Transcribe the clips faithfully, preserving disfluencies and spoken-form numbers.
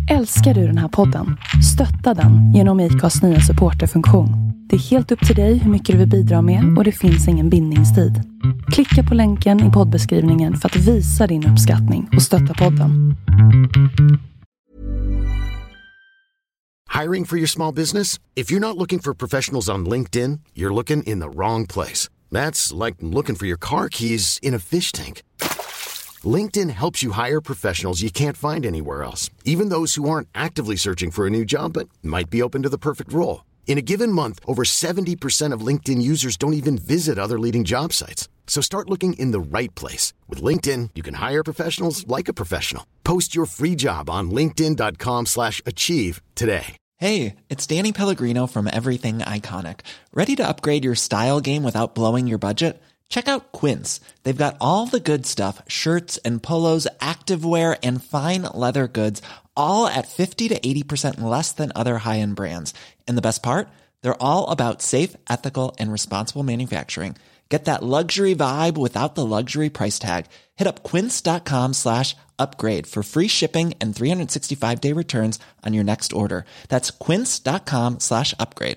Älskar du den här podden? Stötta den genom I C A:s nya supporterfunktion. Det är helt upp till dig hur mycket du vill bidra med och det finns ingen bindningstid. Klicka på länken i poddbeskrivningen för att visa din uppskattning och stötta podden. Hiring for your small business? If you're not looking for professionals on LinkedIn, you're looking in the wrong place. That's like looking for your car keys in a fish tank. LinkedIn helps you hire professionals you can't find anywhere else, even those who aren't actively searching for a new job but might be open to the perfect role. In a given month, over seventy percent of LinkedIn users don't even visit other leading job sites. So start looking in the right place. With LinkedIn, you can hire professionals like a professional. Post your free job on linkedin dot com slash achieve today. Hey, it's Danny Pellegrino from Everything Iconic. Ready to upgrade your style game without blowing your budget? Check out Quince. They've got all the good stuff, shirts and polos, activewear and fine leather goods, all at fifty to eighty percent less than other high-end brands. And the best part? They're all about safe, ethical and responsible manufacturing. Get that luxury vibe without the luxury price tag. Hit up quince.com slash upgrade for free shipping and three sixty-five day returns on your next order. That's quince.com slash upgrade.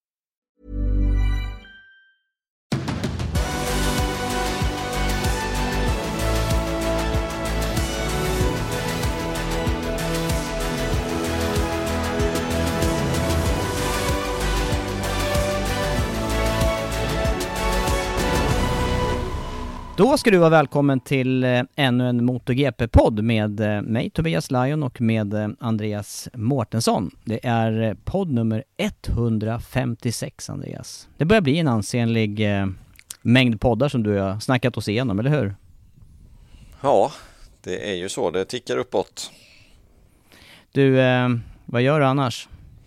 Då ska du vara välkommen till eh, ännu en MotoGP-podd med eh, mig Tobias Lion och med eh, Andreas Mårtensson. Det är eh, podd nummer etthundrafemtiosex, Andreas. Det börjar bli en ansenlig eh, mängd poddar som du har snackat oss igenom, eller hur? Ja, det är ju så. Det tickar uppåt. Du, eh, vad gör du annars?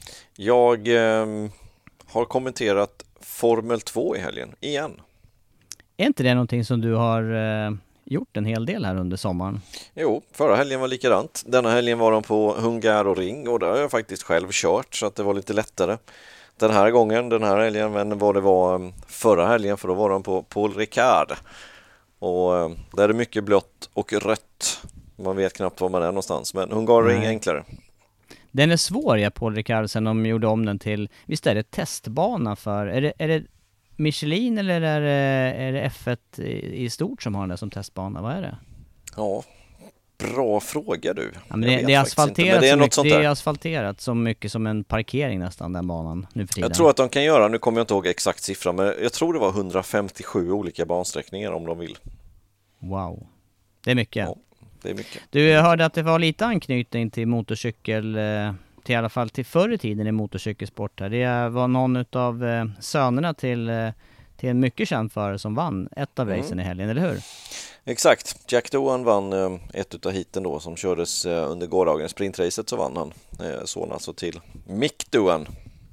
Jag eh, har kommenterat Formel två i helgen, igen. Är inte det någonting som du har eh, gjort en hel del här under sommaren? Jo, förra helgen var likadant. Denna helgen var de på Hungaroring och där har jag faktiskt själv kört så att det var lite lättare. Den här gången, den här helgen, men vad det var förra helgen, för då var de på Paul Ricard. Och eh, där är det mycket blått och rött. Man vet knappt var man är någonstans, men Hungaroring är enklare. Den är svår, ja, Paul Ricard, sen de gjorde om den till, visst är det testbana för, är det, är det Michelin eller är det, är det F ett i, i stort som har den som testbana? Vad är det? Ja, bra fråga du. Ja, men det, det, är asfalterat det, är något mycket, det är asfalterat så mycket som en parkering nästan, den banan nu för tiden. Jag tror att de kan göra, nu kommer jag inte ihåg exakt siffra, men jag tror det var hundrafemtiosju olika bansträckningar om de vill. Wow, det är mycket. Ja, det är mycket. Du, hörde att det var lite anknytning till motorcykel, till i alla fall till förr i tiden i motorcykelsport här. Det var någon av eh, sönerna till, eh, till en mycket känd förare som vann ett av racen mm. i helgen, eller hur? Exakt. Jack Doohan vann eh, ett utav heaten då som kördes eh, under gårdagens sprintracet, så vann han. Eh, son alltså till Mick Doohan.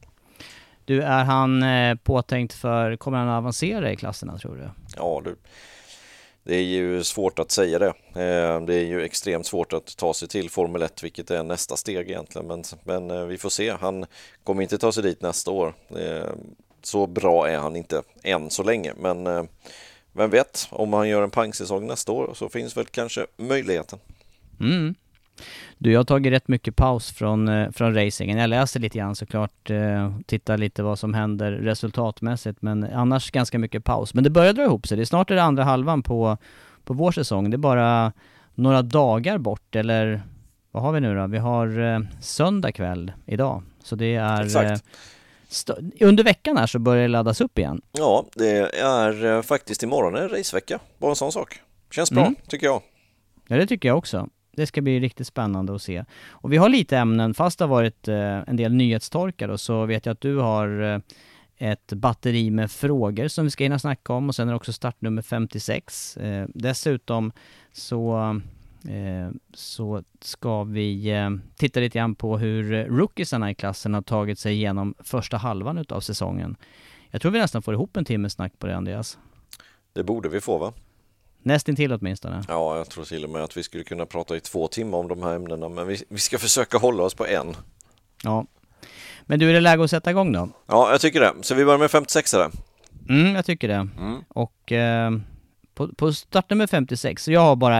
Du, är han eh, påtänkt för, kommer han att avancera i klasserna, tror du? Ja, du. Det är ju svårt att säga det. Det är ju extremt svårt att ta sig till Formel ett, vilket är nästa steg egentligen. Men, men vi får se. Han kommer inte ta sig dit nästa år. Så bra är han inte än så länge. Men vem vet, om han gör en pangsäsong nästa år så finns väl kanske möjligheten. Mm. Du, jag har tagit rätt mycket paus från, från racingen. Jag läser lite grann såklart, eh, tittar lite vad som händer resultatmässigt, men annars ganska mycket paus. Men det börjar dra ihop sig. Det är snart det andra halvan på, på vår säsong. Det är bara några dagar bort, eller vad har vi nu då? Vi har eh, söndag kväll idag. Så det är... Exakt. Eh, st- under veckan här så börjar det laddas upp igen. Ja, det är eh, faktiskt imorgon en racevecka. Bara en sån sak. Känns bra, mm. tycker jag. Ja, det tycker jag också. Det ska bli riktigt spännande att se. Och vi har lite ämnen, fast det har varit eh, en del nyhetstorkar, och så vet jag att du har eh, ett batteri med frågor som vi ska hinna snacka om, och sen är det också startnummer femtiosex. Eh, dessutom så, eh, så ska vi eh, titta lite grann på hur rookiesarna i klassen har tagit sig igenom första halvan utav säsongen. Jag tror vi nästan får ihop en timme snack på det, Andreas. Det borde vi få, va? Nästintill åtminstone. Ja, jag tror till och med att vi skulle kunna prata i två timmar om de här ämnena, men vi, vi ska försöka hålla oss på en. Ja. Men du, är det läge att sätta igång då? Ja, jag tycker det. Så vi börjar med femtiosex där. Mm, jag tycker det. Mm. Och eh, på, på startnummer femtiosex, så jag har bara ett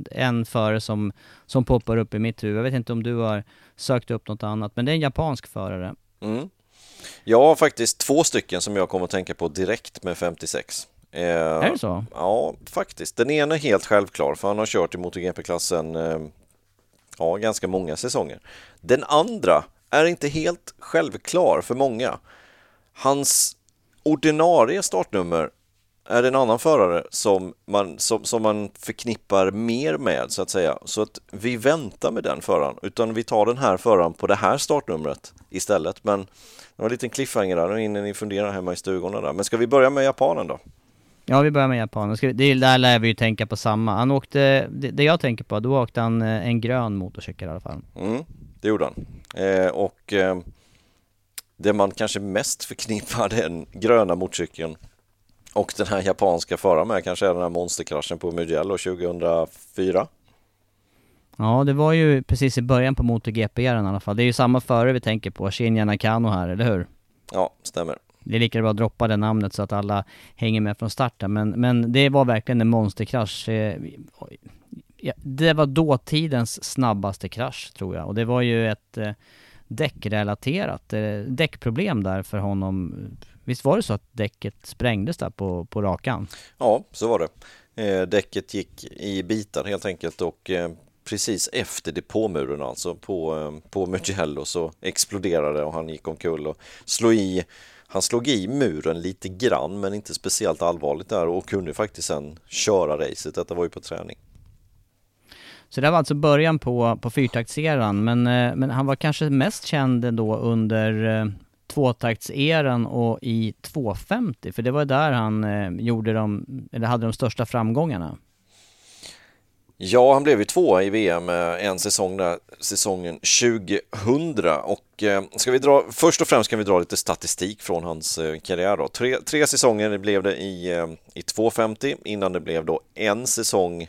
en förare som, som poppar upp i mitt huvud. Jag vet inte om du har sökt upp något annat, men det är en japansk förare. Mm. Jag har faktiskt två stycken som jag kommer att tänka på direkt med femtiosex. Eh, är det så? Ja, faktiskt. Den ena är helt självklar, för han har kört i MotoGP-klassen eh, ja, ganska många säsonger. Den andra är inte helt självklar för många. Hans ordinarie startnummer är en annan förare som man, som, som man förknippar mer med, så att säga. Så att vi väntar med den föraren, utan vi tar den här föraren på det här startnumret istället. Men det var en liten cliffhanger där, nu innan ni funderar hemma i stugorna där. Men ska vi börja med japanen då? Ja, vi börjar med japanen. Ska vi, det, där lär vi ju tänka på samma. Han åkte, det, det jag tänker på, då åkte han en grön motorcykel i alla fall. Mm, det gjorde han. Eh, och eh, det man kanske mest förknippar den gröna motorcykeln och den här japanska föraren med kanske är den här monsterkraschen på Mugello tjugohundrafyra. Ja, det var ju precis i början på MotoGP-eran i alla fall. Det är ju samma förare vi tänker på, Shinya Nakano här, eller hur? Ja, stämmer. Det är lika bra att droppa det namnet så att alla hänger med från starten. Men, men det var verkligen en monsterkrasch. Det var dåtidens snabbaste krasch, tror jag. Och det var ju ett eh, däckrelaterat eh, däckproblem där för honom. Visst var det så att däcket sprängdes där på, på rakan? Ja, så var det. Eh, däcket gick i bitar helt enkelt, och eh, precis efter depåmuren alltså på, eh, på Mugello så exploderade och han gick omkull och slog i. Han slog i muren lite grann, men inte speciellt allvarligt där, och kunde faktiskt sen köra racet. Detta var ju på träning. Så det var alltså början på, på fyrtaktseran, men, men han var kanske mest känd då under eh, tvåtaktseran och i tvåhundrafemtio, för det var där han eh, gjorde de, eller hade de största framgångarna. Ja, han blev ju tvåa i V M en säsong där, säsongen tjugohundra, och eh, ska vi dra, först och främst kan vi dra lite statistik från hans eh, karriär då. Tre, tre säsonger blev det i, eh, i tvåhundrafemtio, innan det blev då en säsong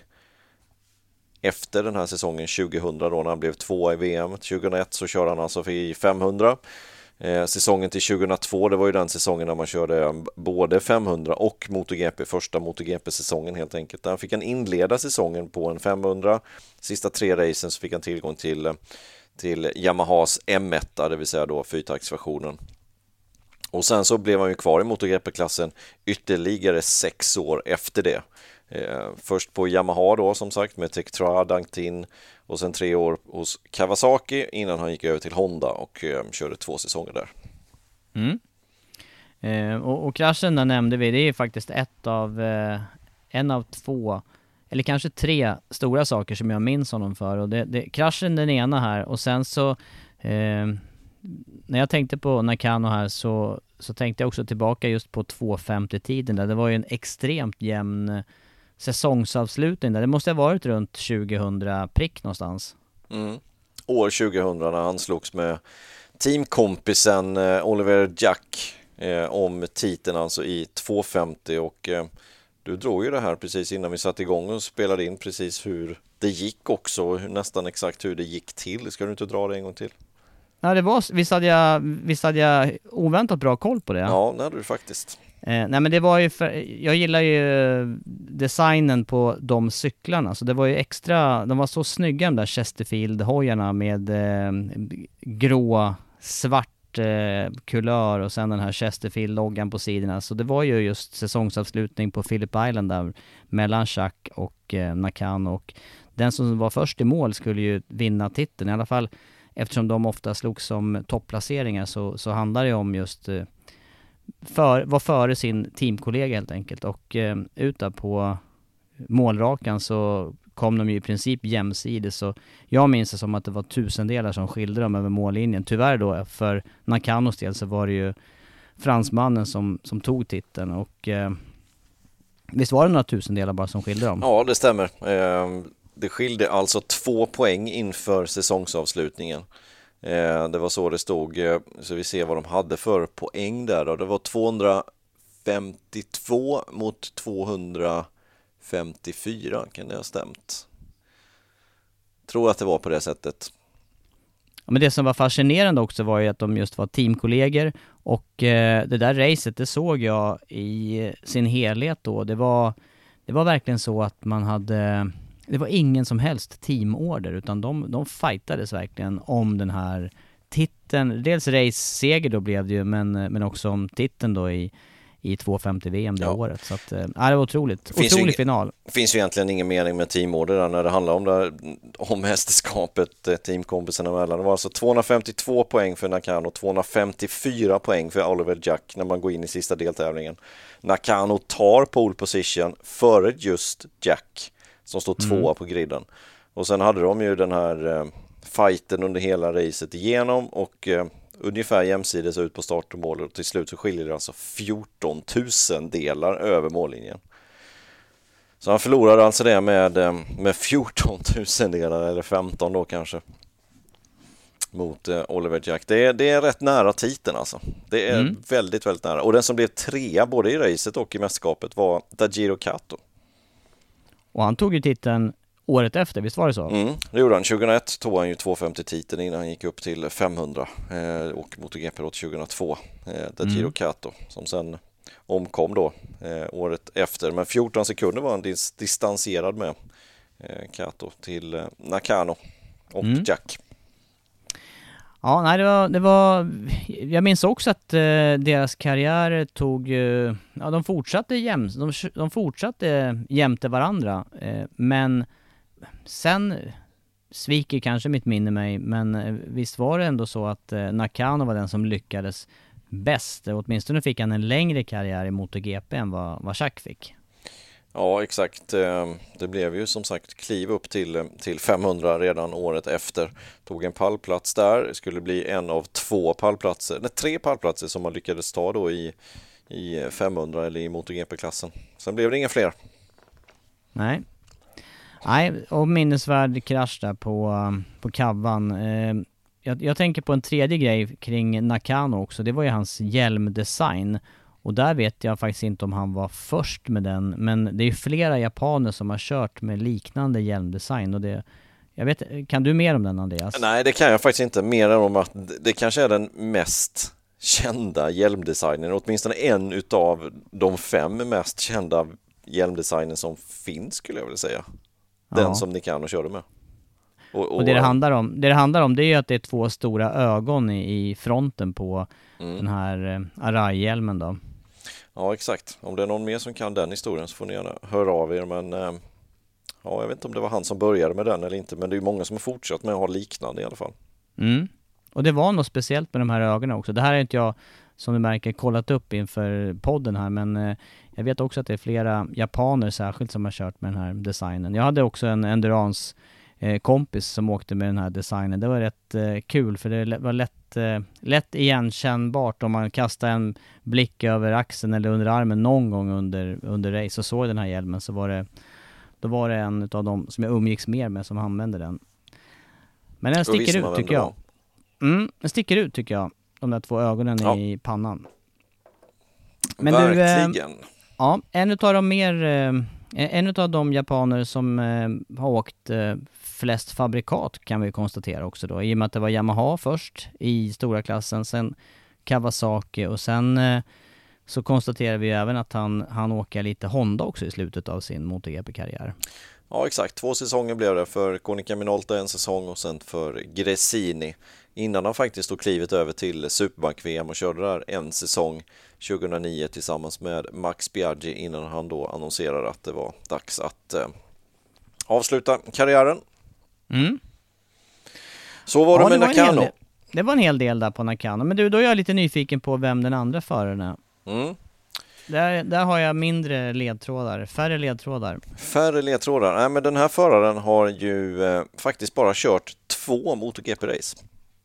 efter den här säsongen tjugohundra då, när han blev tvåa i V M. tjugohundraett så körde han alltså i femhundra. Eh, säsongen till tjugohundratvå, det var ju den säsongen när man körde både femhundra och MotoGP, första MotoGP-säsongen helt enkelt. Där fick han inleda säsongen på en femhundra. Sista tre racen så fick han tillgång till, till Yamahas M ett, det vill säga då fyrtaktsversionen. Och sen så blev han ju kvar i MotoGP-klassen ytterligare sex år efter det. Eh, först på Yamaha då, som sagt, med Tektra, Dangtin, och sen tre år hos Kawasaki innan han gick över till Honda och eh, körde två säsonger där. Mm. Eh, och, och kraschen där nämnde vi, det är faktiskt ett av eh, en av två, eller kanske tre stora saker som jag minns honom för. Och det, det, kraschen den ena här, och sen så eh, när jag tänkte på Nakano här så, så tänkte jag också tillbaka just på tvåhundrafemtio-tiden där. Det var ju en extremt jämn säsongsavslutning där. Det måste ha varit runt tjugohundra prick någonstans. Mm. År tjugohundra när han slogs med teamkompisen eh, Oliver Jack eh, om titeln alltså i tvåhundrafemtio, och eh, du drog ju det här precis innan vi satte igång och spelade in precis hur det gick också, hur, nästan exakt hur det gick till. Ska du inte dra det en gång till? Ja, det var, visst hade jag, visst hade jag oväntat bra koll på det. Ja, det hade du faktiskt. Eh, nej men det var ju för, jag gillar ju designen på de cyklarna, så det var ju extra, de var så snygga de där Chesterfield-hojarna med eh, grå, svart eh, kulör och sen den här Chesterfield-loggan på sidorna, så det var ju just säsongsavslutning på Phillip Island där mellan Schack och eh, Nakano, och den som var först i mål skulle ju vinna titeln, i alla fall eftersom de ofta slogs som topplaceringar, så, så handlar det om just eh, För, var före sin teamkollega helt enkelt, och eh, ut där på målrakan så kom de ju i princip jämsides, så jag minns det som att det var tusendelar som skilde dem över mållinjen. Tyvärr då för Nakanos del så var det ju fransmannen som, som tog titeln, och eh, visst var det några tusendelar bara som skilde dem? Ja, det stämmer. Eh, det skilde alltså två poäng inför säsongsavslutningen. Det var så det stod, så vi ser vad de hade för poäng där då. Det var tvåhundrafemtiotvå mot tvåhundrafemtiofyra, kan det ha stämt? Tror att det var på det sättet. Ja, men det som var fascinerande också var ju att de just var teamkollegor, och eh, det där racet, det såg jag i sin helhet då. Det var, det var verkligen så att man hade det var ingen som helst teamorder, utan de, de fightades verkligen om den här titeln. Dels race-seger då blev det ju, men, men också om titeln då i, i tvåhundrafemtio V M det ja. året. Så att, äh, det var otroligt. Finns Otrolig ju, final. Det finns ju egentligen ingen mening med teamorder där när det handlar om, det, om mästerskapet, teamkompisarna emellan. Det var alltså tvåhundrafemtiotvå poäng för Nakano, tvåhundrafemtiofyra poäng för Oliver Jack när man går in i sista deltävlingen. Nakano tar pole position före just Jack som står tvåa mm. på griden. Och sen hade de ju den här eh, fighten under hela racet igenom och eh, ungefär jämsides ut på start och mål, och till slut så skiljer det alltså fjorton tusen delar över mållinjen. Så han förlorade alltså det med, eh, med fjorton tusen delar, eller femton då kanske, mot eh, Oliver Jack. Det är, det är rätt nära titeln alltså. Det är mm. väldigt, väldigt nära. Och den som blev trea både i racet och i mästerskapet var Dajiro Kato. Och han tog ju titeln året efter, visst var det så? Mm, det gjorde han. tjugohundraett tog han ju tvåhundrafemtio-titeln innan han gick upp till femhundra eh, och MotoGP då tjugohundratvå. Eh, Dajiro mm. Kato som sen omkom då eh, året efter. Men fjorton sekunder var han dis- distanserad med eh, Kato till eh, Nakano och mm. Jack. Ja, nej, det var, det var jag minns också att eh, deras karriär tog eh, ja, de fortsatte jäm, de, de fortsatte jämte varandra, eh, men sen sviker kanske mitt minne mig, men eh, visst var det ändå så att eh, Nakano var den som lyckades bäst. Åtminstone fick han en längre karriär i MotoGP än vad, vad Jack fick. Ja, exakt. Det blev ju som sagt kliv upp till, till femhundra redan året efter. Tog en pallplats där. Det skulle bli en av två pallplatser, nej, tre pallplatser som man lyckades ta då i, i femhundra eller i MotoGP-klassen. Sen blev det inga fler. Nej. Nej, och minnesvärd krasch där på, på Kavan. Jag, jag tänker på en tredje grej kring Nakano också. Det var ju hans hjälmdesign. Och där vet jag faktiskt inte om han var först med den, men det är ju flera japaner som har kört med liknande hjälmdesign, och det, jag vet, kan du mer om den, Andreas? Nej, det kan jag faktiskt inte, mer än om att det kanske är den mest kända hjälmdesignen, åtminstone en utav de fem mest kända hjälmdesignen som finns, skulle jag vilja säga. Den ja. som Nakano körde med. Och, och, och det det handlar om, det det handlar om det är ju att det är två stora ögon i, i fronten på mm. den här eh, Arai-hjälmen då. Ja, exakt. Om det är någon mer som kan den historien så får ni gärna höra av er. Men eh, ja, jag vet inte om det var han som började med den eller inte. Men det är ju många som har fortsatt med att ha liknande i alla fall. Mm. Och det var något speciellt med de här ögonen också. Det här är inte jag, som du märker, kollat upp inför podden här. Men eh, jag vet också att det är flera japaner särskilt som har kört med den här designen. Jag hade också en endurance eh, kompis som åkte med den här designen. Det var rätt eh, kul, för det var lätt, eh, lätt igenkännbart om man kastar en blick över axeln eller under armen någon gång under, under race och såg den här hjälmen, så var det, då var det en av dem som jag umgicks mer med som använde den. Men den sticker ut, tycker jag. Mm, den sticker ut, tycker jag. De där två ögonen ja. i pannan. Men verkligen. Du, eh, ja, en utav de mer eh, en utav de japaner som eh, har åkt eh, flest fabrikat kan vi konstatera också då, i och med att det var Yamaha först i stora klassen, sen Kawasaki, och sen eh, så konstaterar vi även att han, han åker lite Honda också i slutet av sin MotoGP-karriär. Ja, exakt. Två säsonger blev det för Konica Minolta, en säsong, och sen för Gresini. Innan han faktiskt tog klivet över till Superbike-V M och körde där en säsong tjugohundranio tillsammans med Max Biaggi, innan han då annonserade att det var dags att eh, avsluta karriären. Mm. Så var ja, det med det Nakano. Det var en hel del där på Nakano. Men du, då är jag lite nyfiken på vem den andra föraren är. Mm. Där, där har jag mindre ledtrådar, färre ledtrådar. Färre ledtrådar. Nej, men den här föraren har ju eh, faktiskt bara kört två MotoGP-race.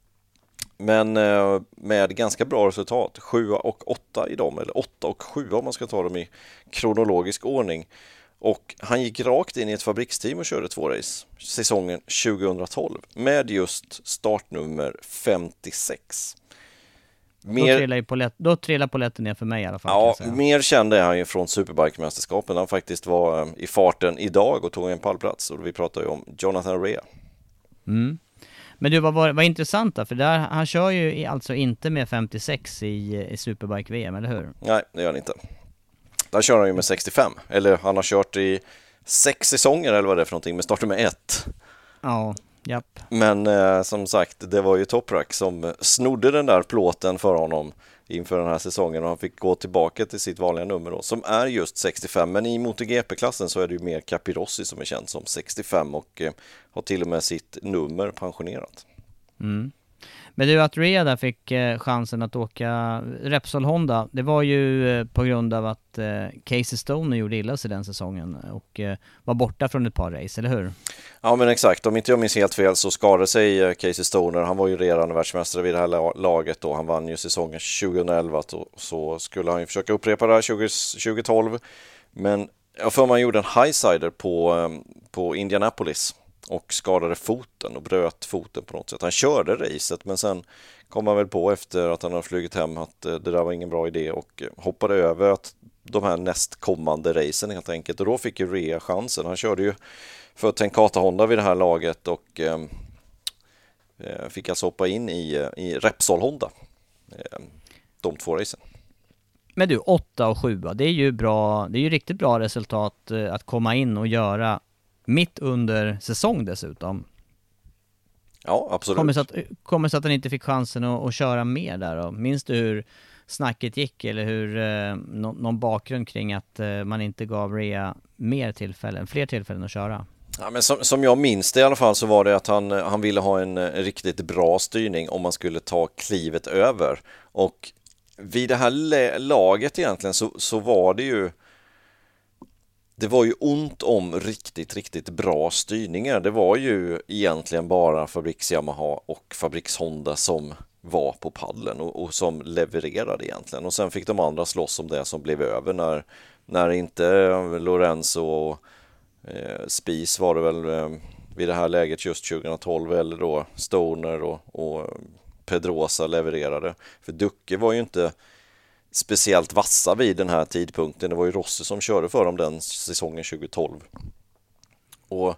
Men eh, med ganska bra resultat. Sjua och åtta i dem, eller åtta och sju om man ska ta dem i kronologisk ordning. Och han gick rakt in i ett fabriksteam och körde två race säsongen tjugohundratolv med just startnummer femtiosex. Mer... Då, trillar polett... Då trillar poletten ner för mig i alla fall. Ja, mer kände han ju från Superbike-mästerskapen. Han faktiskt var i farten idag och tog en pallplats. Och vi pratar ju om Jonathan Rea. Mm. Men du, vad var, var intressant då? För där, han kör ju alltså inte med femtiosex i, i Superbike-V M, eller hur? Nej, det gör han inte. Där kör han ju med sextiofem. Eller han har kört i sex säsonger eller vad det är för någonting, men startade med ett. Ja, japp. Men eh, som sagt, det var ju Toprak som snodde den där plåten för honom inför den här säsongen och han fick gå tillbaka till sitt vanliga nummer då, som är just sextiofem. Men i MotoGP-klassen så är det ju mer Capirossi som är känd som sextiofem och eh, har till och med sitt nummer pensionerat. Mm. Men du, att Rea där fick eh, chansen att åka Repsol Honda, det var ju eh, på grund av att eh, Casey Stoner gjorde illa sig den säsongen och eh, var borta från ett par race, eller hur? Ja, men exakt. Om inte jag minns helt fel så skadade sig eh, Casey Stoner. Han var ju redan världsmästare vid det här la- laget då. Han vann ju säsongen tjugoelva, då, så skulle han ju försöka upprepa det här tjugo tjugotolv. Men jag för man gjorde en highsider på, eh, på Indianapolis och skadade foten och bröt foten på något sätt. Han körde racet men sen kom han väl på efter att han har flugit hem att det där var ingen bra idé och hoppade över att de här nästkommande racen helt enkelt. Och då fick ju Rea chansen. Han körde ju för Tenkata Honda vid det här laget och eh, fick alltså hoppa in i, i Repsol Honda. Eh, de två racen. Men du, åtta och sjua, det är ju bra, det är ju riktigt bra resultat eh, att komma in och göra mitt under säsong dessutom. Ja, absolut. Kommer så att, kommer så att han inte fick chansen att, att köra mer där då. Minns du hur snacket gick eller hur eh, no, någon bakgrund kring att eh, man inte gav Rea mer tillfällen, fler tillfällen att köra? Ja, men som, som jag minns det i alla fall så var det att han, han ville ha en, en riktigt bra styrning om man skulle ta klivet över. Och vid det här laget egentligen så, så var det ju Det var ju ont om riktigt, riktigt bra styrningar. Det var ju egentligen bara Fabriks Yamaha och Fabriks Honda som var på paddeln och, och som levererade egentligen. Och sen fick de andra slåss om det som blev över när, när inte Lorenzo och eh, Spies var det väl eh, vid det här läget just tjugotolv eller då Stoner och, och Pedrosa levererade. För Ducke var ju inte speciellt vassa vid den här tidpunkten. Det var ju Rossi som körde för dem den säsongen tjugotolv. Och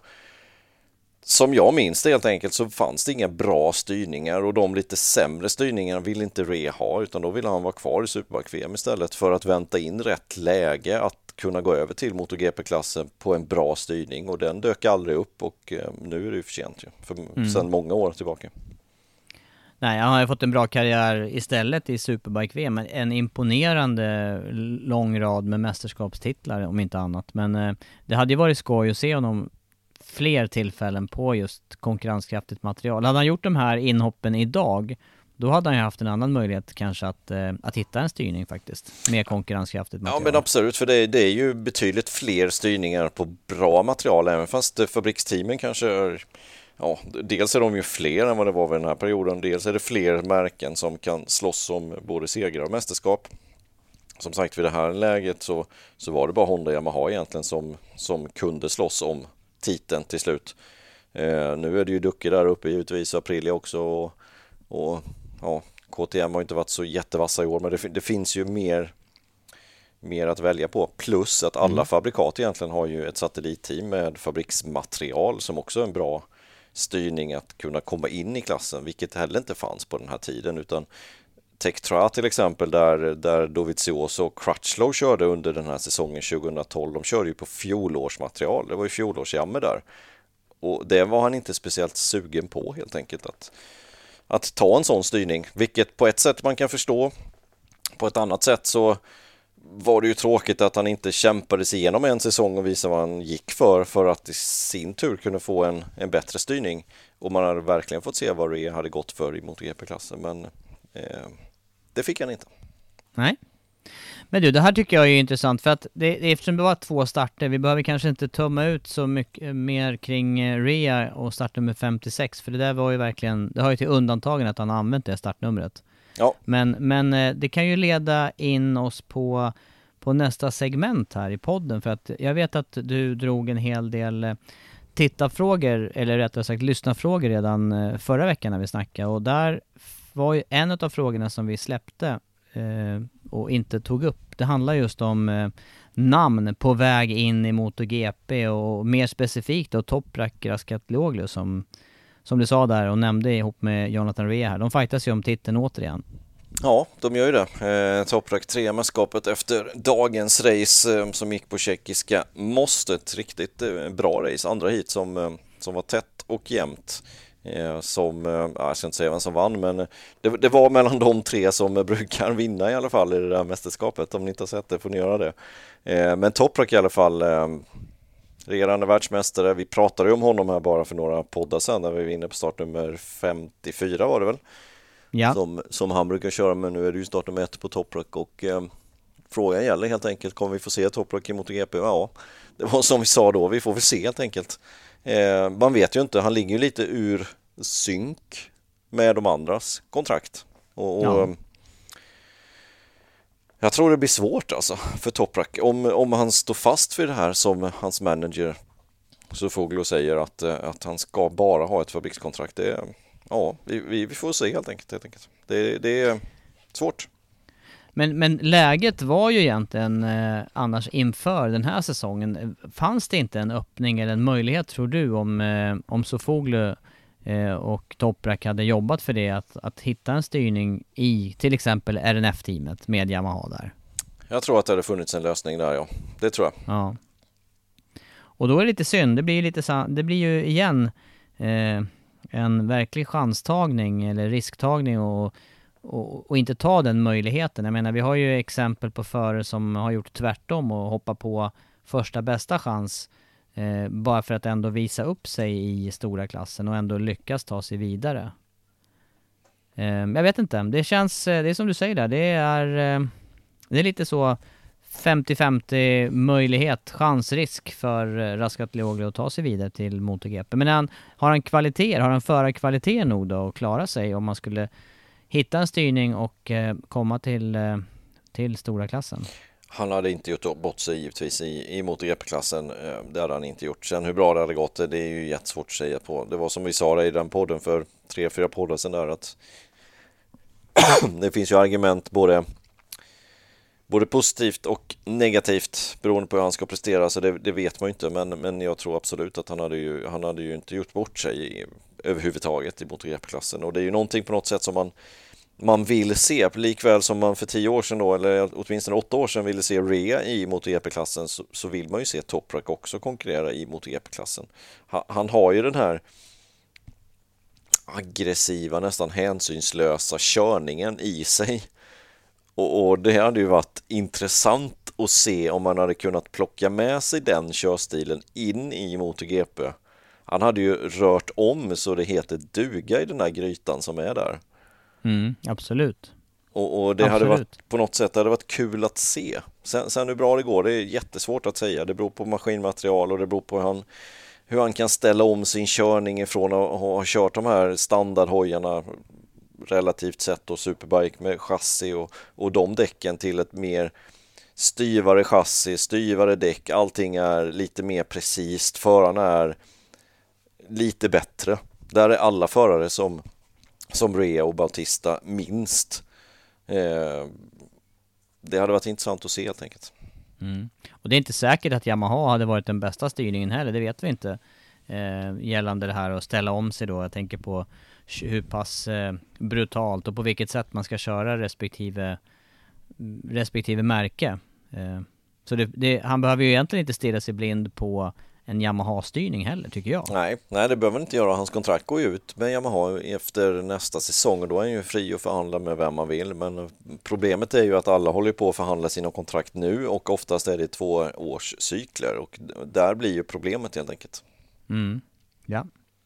som jag minns det helt enkelt så fanns det inga bra styrningar och de lite sämre styrningarna ville inte Rea ha utan då ville han vara kvar i Superbike-V M istället för att vänta in rätt läge att kunna gå över till MotoGP-klassen på en bra styrning och den dök aldrig upp och nu är det ju för sent ju, för mm. sedan många år tillbaka. Nej, han har ju fått en bra karriär istället i Superbike-V M. En imponerande lång rad med mästerskapstitlar om inte annat. Men eh, det hade ju varit skoj att se honom fler tillfällen på just konkurrenskraftigt material. Hade han gjort de här inhoppen idag, då hade han ju haft en annan möjlighet kanske att, eh, att hitta en styrning faktiskt. Med konkurrenskraftigt material. Ja, men absolut, för det, det är ju betydligt fler styrningar på bra material, även fast fabriksteamen kanske är... Ja, dels är de ju fler än vad det var vid den här perioden. Dels är det fler märken som kan slåss om både segrar och mästerskap. Som sagt, vid det här läget så, så var det bara Honda och Yamaha egentligen som, som kunde slåss om titeln till slut. Eh, nu är det ju Ducke där uppe givetvis, Aprilia också. Och, och ja, K T M har inte varit så jättevassa i år, men det, det finns ju mer, mer att välja på. Plus att alla mm. fabrikat egentligen har ju ett satellitteam med fabriksmaterial som också är en bra styrning att kunna komma in i klassen, vilket heller inte fanns på den här tiden, utan Tektra till exempel där, där Dovizioso och Crutchlow körde under den här säsongen tjugotolv, de körde ju på fjolårsmaterial, det var ju fjolårsjamme där och det var han inte speciellt sugen på helt enkelt att, att ta en sån styrning, vilket på ett sätt man kan förstå, på ett annat sätt så var det ju tråkigt att han inte kämpade sig igenom en säsong och visade vad han gick för för att i sin tur kunna få en, en bättre styrning. Och man hade verkligen fått se vad Rea hade gått för i MotoGP-klassen, men eh, det fick han inte. Nej. Men du, det här tycker jag är intressant för att det, eftersom det var två starter, vi behöver kanske inte tömma ut så mycket mer kring Rea och startnummer femtiosex, för det där var ju verkligen, det har ju till undantagen att han har använt det startnumret. Ja. Men, men det kan ju leda in oss på, på nästa segment här i podden, för att jag vet att du drog en hel del tittarfrågor, eller rättare sagt lyssnarfrågor redan förra veckan när vi snackade, och där var ju en av frågorna som vi släppte eh, och inte tog upp, det handlar just om eh, namn på väg in i MotoGP och mer specifikt då Toprak Raskatlioglu som Som du sa där och nämnde ihop med Jonathan Rea här. De fightas ju om titeln återigen. Ja, de gör ju det. Eh, Toprak tre mästerskapet efter dagens race eh, som gick på tjeckiska Mostet. Riktigt eh, bra race. Andra hit som, eh, som var tätt och jämnt. Eh, som, eh, jag ska inte säga vem som vann, men det, det var mellan de tre som eh, brukar vinna i alla fall i det där mästerskapet. Om ni inte har sett det får ni göra det. Eh, men Toprak i alla fall, eh, regerande världsmästare. Vi pratade ju om honom här bara för några poddar sedan när vi var inne på startnummer femtiofyra var det väl? Ja. Som, som han brukar köra, men nu är det ju startnummer ett på Toprak och eh, frågan gäller helt enkelt, kommer vi få se Toprak i MotoGP? Ja, det var som vi sa då, vi får väl se helt enkelt. Eh, man vet ju inte, han ligger ju lite ur synk med de andras kontrakt. Och, och ja. Jag tror det blir svårt alltså för Toprak. Om, om han står fast för det här som hans manager Sofoglu säger att, att han ska bara ha ett fabrikskontrakt. Det, ja, vi, vi får se helt enkelt. Helt enkelt. Det, det är svårt. Men, men läget var ju egentligen eh, annars inför den här säsongen. Fanns det inte en öppning eller en möjlighet, tror du, om, eh, om Sofoglu eh, och Toprak hade jobbat för det, att, att hitta en styrning i till exempel R N F-teamet med Yamaha där? Jag tror att det hade funnits en lösning där, ja. Det tror jag. Ja. Och då är det lite synd. Det blir, lite, det blir ju igen eh, en verklig chanstagning eller risktagning och Och, och inte ta den möjligheten. Jag menar, vi har ju exempel på förare som har gjort tvärtom och hoppat på första bästa chans eh, bara för att ändå visa upp sig i stora klassen och ändå lyckas ta sig vidare. Eh, jag vet inte, det känns, det är som du säger där, det är, eh, det är lite så femtio femtio möjlighet, chansrisk för Raskat Leoglu att ta sig vidare till MotoGP. Men han, har han kvaliteter, har han förarkvaliteter nog då att klara sig om man skulle hitta en styrning och eh, komma till, eh, till stora klassen? Han hade inte gjort bort sig givetvis i, i MotoGP-klassen. Eh, det hade han inte gjort. Sen hur bra det hade gått, det är ju jättesvårt att säga på. Det var som vi sa i den podden för tre, fyra poddar sedan där att det finns ju argument både, både positivt och negativt beroende på hur han ska prestera. Så det, det vet man ju inte. Men, men jag tror absolut att han hade ju, han hade ju inte gjort bort sig i, överhuvudtaget i MotoGP-klassen, och det är ju någonting på något sätt som man, man vill se, likväl som man för tio år sedan då, eller åtminstone åtta år sedan ville se Rea i MotoGP-klassen, så, så vill man ju se Toprak också konkurrera i MotoGP-klassen. Han, han har ju den här aggressiva, nästan hänsynslösa körningen i sig, och, och det hade ju varit intressant att se om man hade kunnat plocka med sig den körstilen in i MotoGP. Han hade ju rört om så det heter duga i den här grytan som är där. Mm, absolut. Och, och det absolut. Hade varit på något sätt, det hade varit kul att se. Sen, sen hur bra det går, det är jättesvårt att säga. Det beror på maskinmaterial och det beror på hur han, hur han kan ställa om sin körning ifrån att ha kört de här standardhojarna relativt sett och superbike med chassi och, och de däcken till ett mer styvare chassi, styvare däck. Allting är lite mer precis. Förarna är lite bättre. Där är alla förare som, som Rea och Bautista minst. Eh, det hade varit intressant att se helt enkelt. Mm. Och det är inte säkert att Yamaha hade varit den bästa styrningen heller, det vet vi inte. Eh, gällande det här att ställa om sig då. Jag tänker på hur pass eh, brutalt och på vilket sätt man ska köra respektive, respektive märke. Eh, så det, det, han behöver ju egentligen inte stirra sig blind på en Yamaha-styrning heller, tycker jag. Nej, nej, det behöver inte göra. Hans kontrakt går ju ut med Yamaha efter nästa säsong och då är han ju fri att förhandla med vem man vill. Men problemet är ju att alla håller på att förhandla sina kontrakt nu och oftast är det två års cykler och där blir ju problemet helt enkelt. Mm, ja.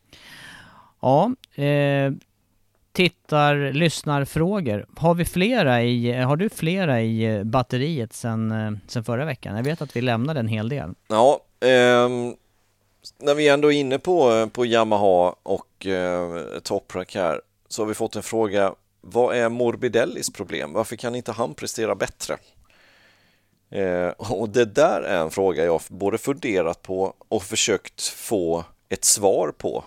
Ja, eh, tittar, lyssnar frågor. Har vi flera i, har du flera i batteriet sen, sen förra veckan? Jag vet att vi lämnade en hel del. Ja, eh, när vi ändå är inne på, på Yamaha och eh, Toprak här så har vi fått en fråga. Vad är Morbidellis problem? Varför kan inte han prestera bättre? Eh, och det där är en fråga jag både funderat på och försökt få ett svar på.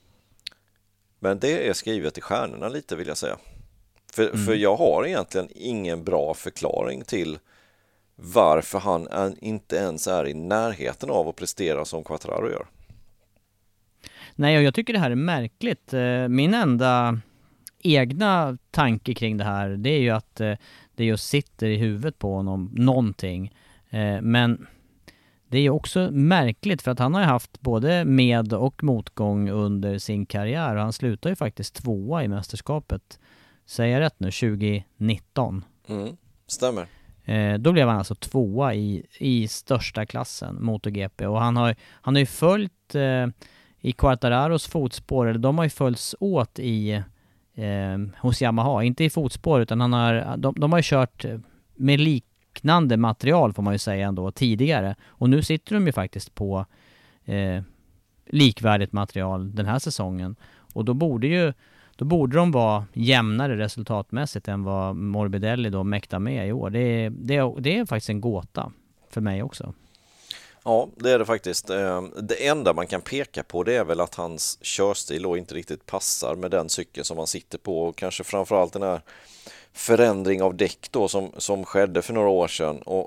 Men det är skrivet i stjärnorna lite, vill jag säga. För, mm. för jag har egentligen ingen bra förklaring till varför han är, inte ens är i närheten av att prestera som Quartararo gör. Nej, och jag tycker det här är märkligt. Min enda egna tanke kring det här, det är ju att eh, det just sitter i huvudet på honom någonting. Eh, men det är ju också märkligt för att han har ju haft både med- och motgång under sin karriär och han slutar ju faktiskt tvåa i mästerskapet. Säger jag rätt nu? tjugonitton. Mm, stämmer. Eh, då blev han alltså tvåa i, i största klassen, MotoGP. Och han har, han har ju följt eh, i Quartararos fotspår, eller de har ju följts åt i eh, hos Yamaha. Inte i fotspår, utan han har, de, de har ju kört med liknande material får man ju säga ändå tidigare. Och nu sitter de ju faktiskt på eh, likvärdigt material den här säsongen. Och då borde ju Då borde de vara jämnare resultatmässigt än vad Morbidelli då mäktar med i år. Det är, det är, det är faktiskt en gåta för mig också. Ja, det är det faktiskt. Det enda man kan peka på det är väl att hans körstil då inte riktigt passar med den cykeln som han sitter på. Och kanske framförallt den här förändring av däck då som, som skedde för några år sedan. Och,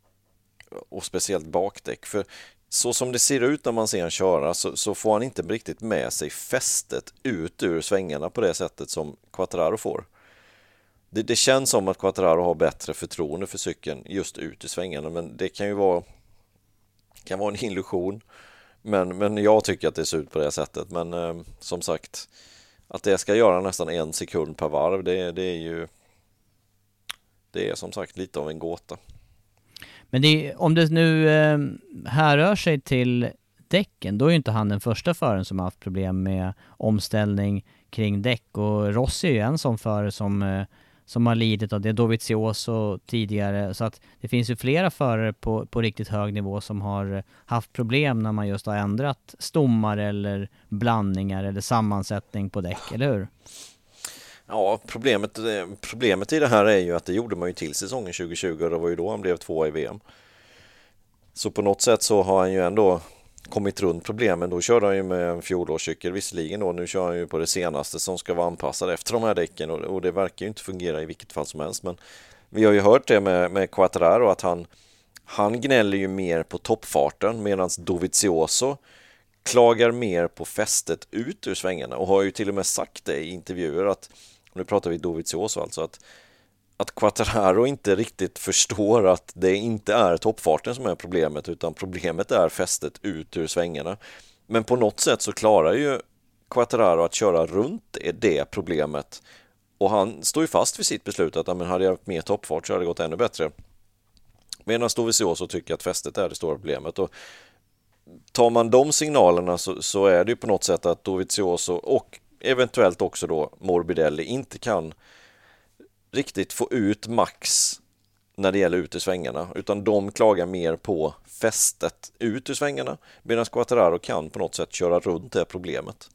och speciellt bakdäck. För så som det ser ut när man ser han köra så, så får han inte riktigt med sig fästet ut ur svängarna på det sättet som Quartararo får. Det, det känns som att Quartararo har bättre förtroende för cykeln just ut i svängarna, men det kan ju vara, kan vara en illusion. Men, men jag tycker att det ser ut på det sättet. Men eh, som sagt, att det ska göra nästan en sekund per varv, det, det är ju det är som sagt lite av en gåta. Men det, om det nu eh, här rör sig till däcken, då är ju inte han den första föraren som har haft problem med omställning kring däck. Och Rossi är ju en sån förare som, eh, som har lidit av det, Dovizioso tidigare. Så att det finns ju flera förare på, på riktigt hög nivå som har haft problem när man just har ändrat stommar eller blandningar eller sammansättning på däck, eller hur? Ja, problemet, problemet i det här är ju att det gjorde man ju till säsongen tjugo tjugo och det var ju då han blev tvåa i V M. Så på något sätt så har han ju ändå kommit runt problemen. Då körde han ju med en fjolårscykel visserligen då. Nu kör han ju på det senaste som ska vara anpassad efter de här däcken och, och det verkar ju inte fungera i vilket fall som helst. Men vi har ju hört det med, med Quartararo att han, han gnäller ju mer på toppfarten medan Dovizioso klagar mer på fästet ut ur svängarna och har ju till och med sagt det i intervjuer att, nu pratar vi Dovizioso alltså, att, att Quartararo inte riktigt förstår att det inte är toppfarten som är problemet utan problemet är fästet ut ur svängarna. Men på något sätt så klarar ju Quartararo att köra runt det problemet och han står ju fast vid sitt beslut att men hade jag haft mer toppfart så hade det gått ännu bättre. Medan Dovizioso tycker att fästet är det stora problemet och tar man de signalerna så, så är det ju på något sätt att Dovizioso och eventuellt också då Morbidelli inte kan riktigt få ut max när det gäller ut i svängarna utan de klagar mer på fästet ut i svängarna medan Quartararo kan på något sätt köra runt det problemet.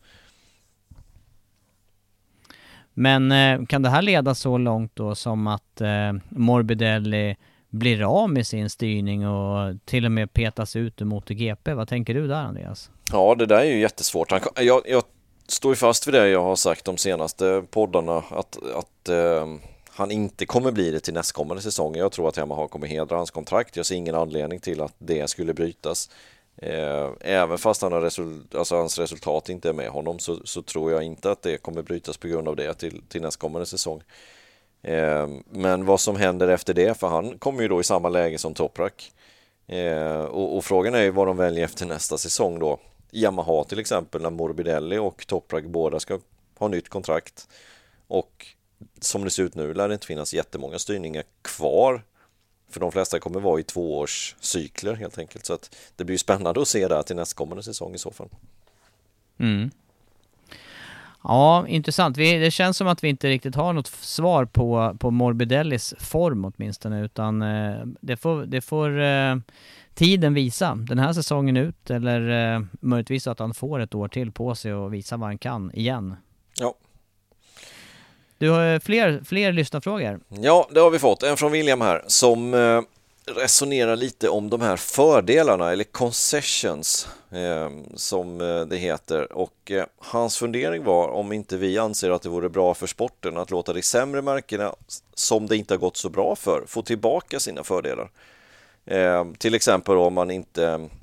Men eh, kan det här leda så långt då som att eh, Morbidelli blir av med sin styrning och till och med petas ut ur MotoGP? Vad tänker du där, Andreas? Ja, det där är ju jättesvårt. Han, jag, jag står ju fast vid det jag har sagt de senaste poddarna att, att eh, han inte kommer bli det till nästkommande säsong. Jag tror att Yamaha kommer hedra hans kontrakt. Jag ser ingen anledning till att det skulle brytas. Eh, även fast han har result, alltså hans resultat inte är med honom så, så tror jag inte att det kommer brytas på grund av det till, till nästkommande säsong. Eh, men vad som händer efter det, för han kommer ju då i samma läge som Toprak. Eh, och, och frågan är ju vad de väljer efter nästa säsong då. Yamaha till exempel, när Morbidelli och Toprak båda ska ha nytt kontrakt. Och som det ser ut nu lär det inte finnas jättemånga styrningar kvar. För de flesta kommer vara i tvåårscykler helt enkelt. Så att det blir spännande att se det till nästkommande säsong i så fall. Mm. Ja, intressant. Vi, det känns som att vi inte riktigt har något svar på, på Morbidellis form åtminstone, utan eh, det får, det får eh, tiden visa. Den här säsongen ut, eller eh, möjligtvis att han får ett år till på sig och visa vad han kan igen. Ja. Du har fler, fler lyssnarfrågor. Ja, det har vi fått. En från William här som eh, resonerar lite om de här fördelarna eller concessions eh, som eh, det heter. Och eh, hans fundering var om inte vi anser att det vore bra för sporten att låta de sämre märkena som det inte har gått så bra för få tillbaka sina fördelar. Eh, till exempel om man inte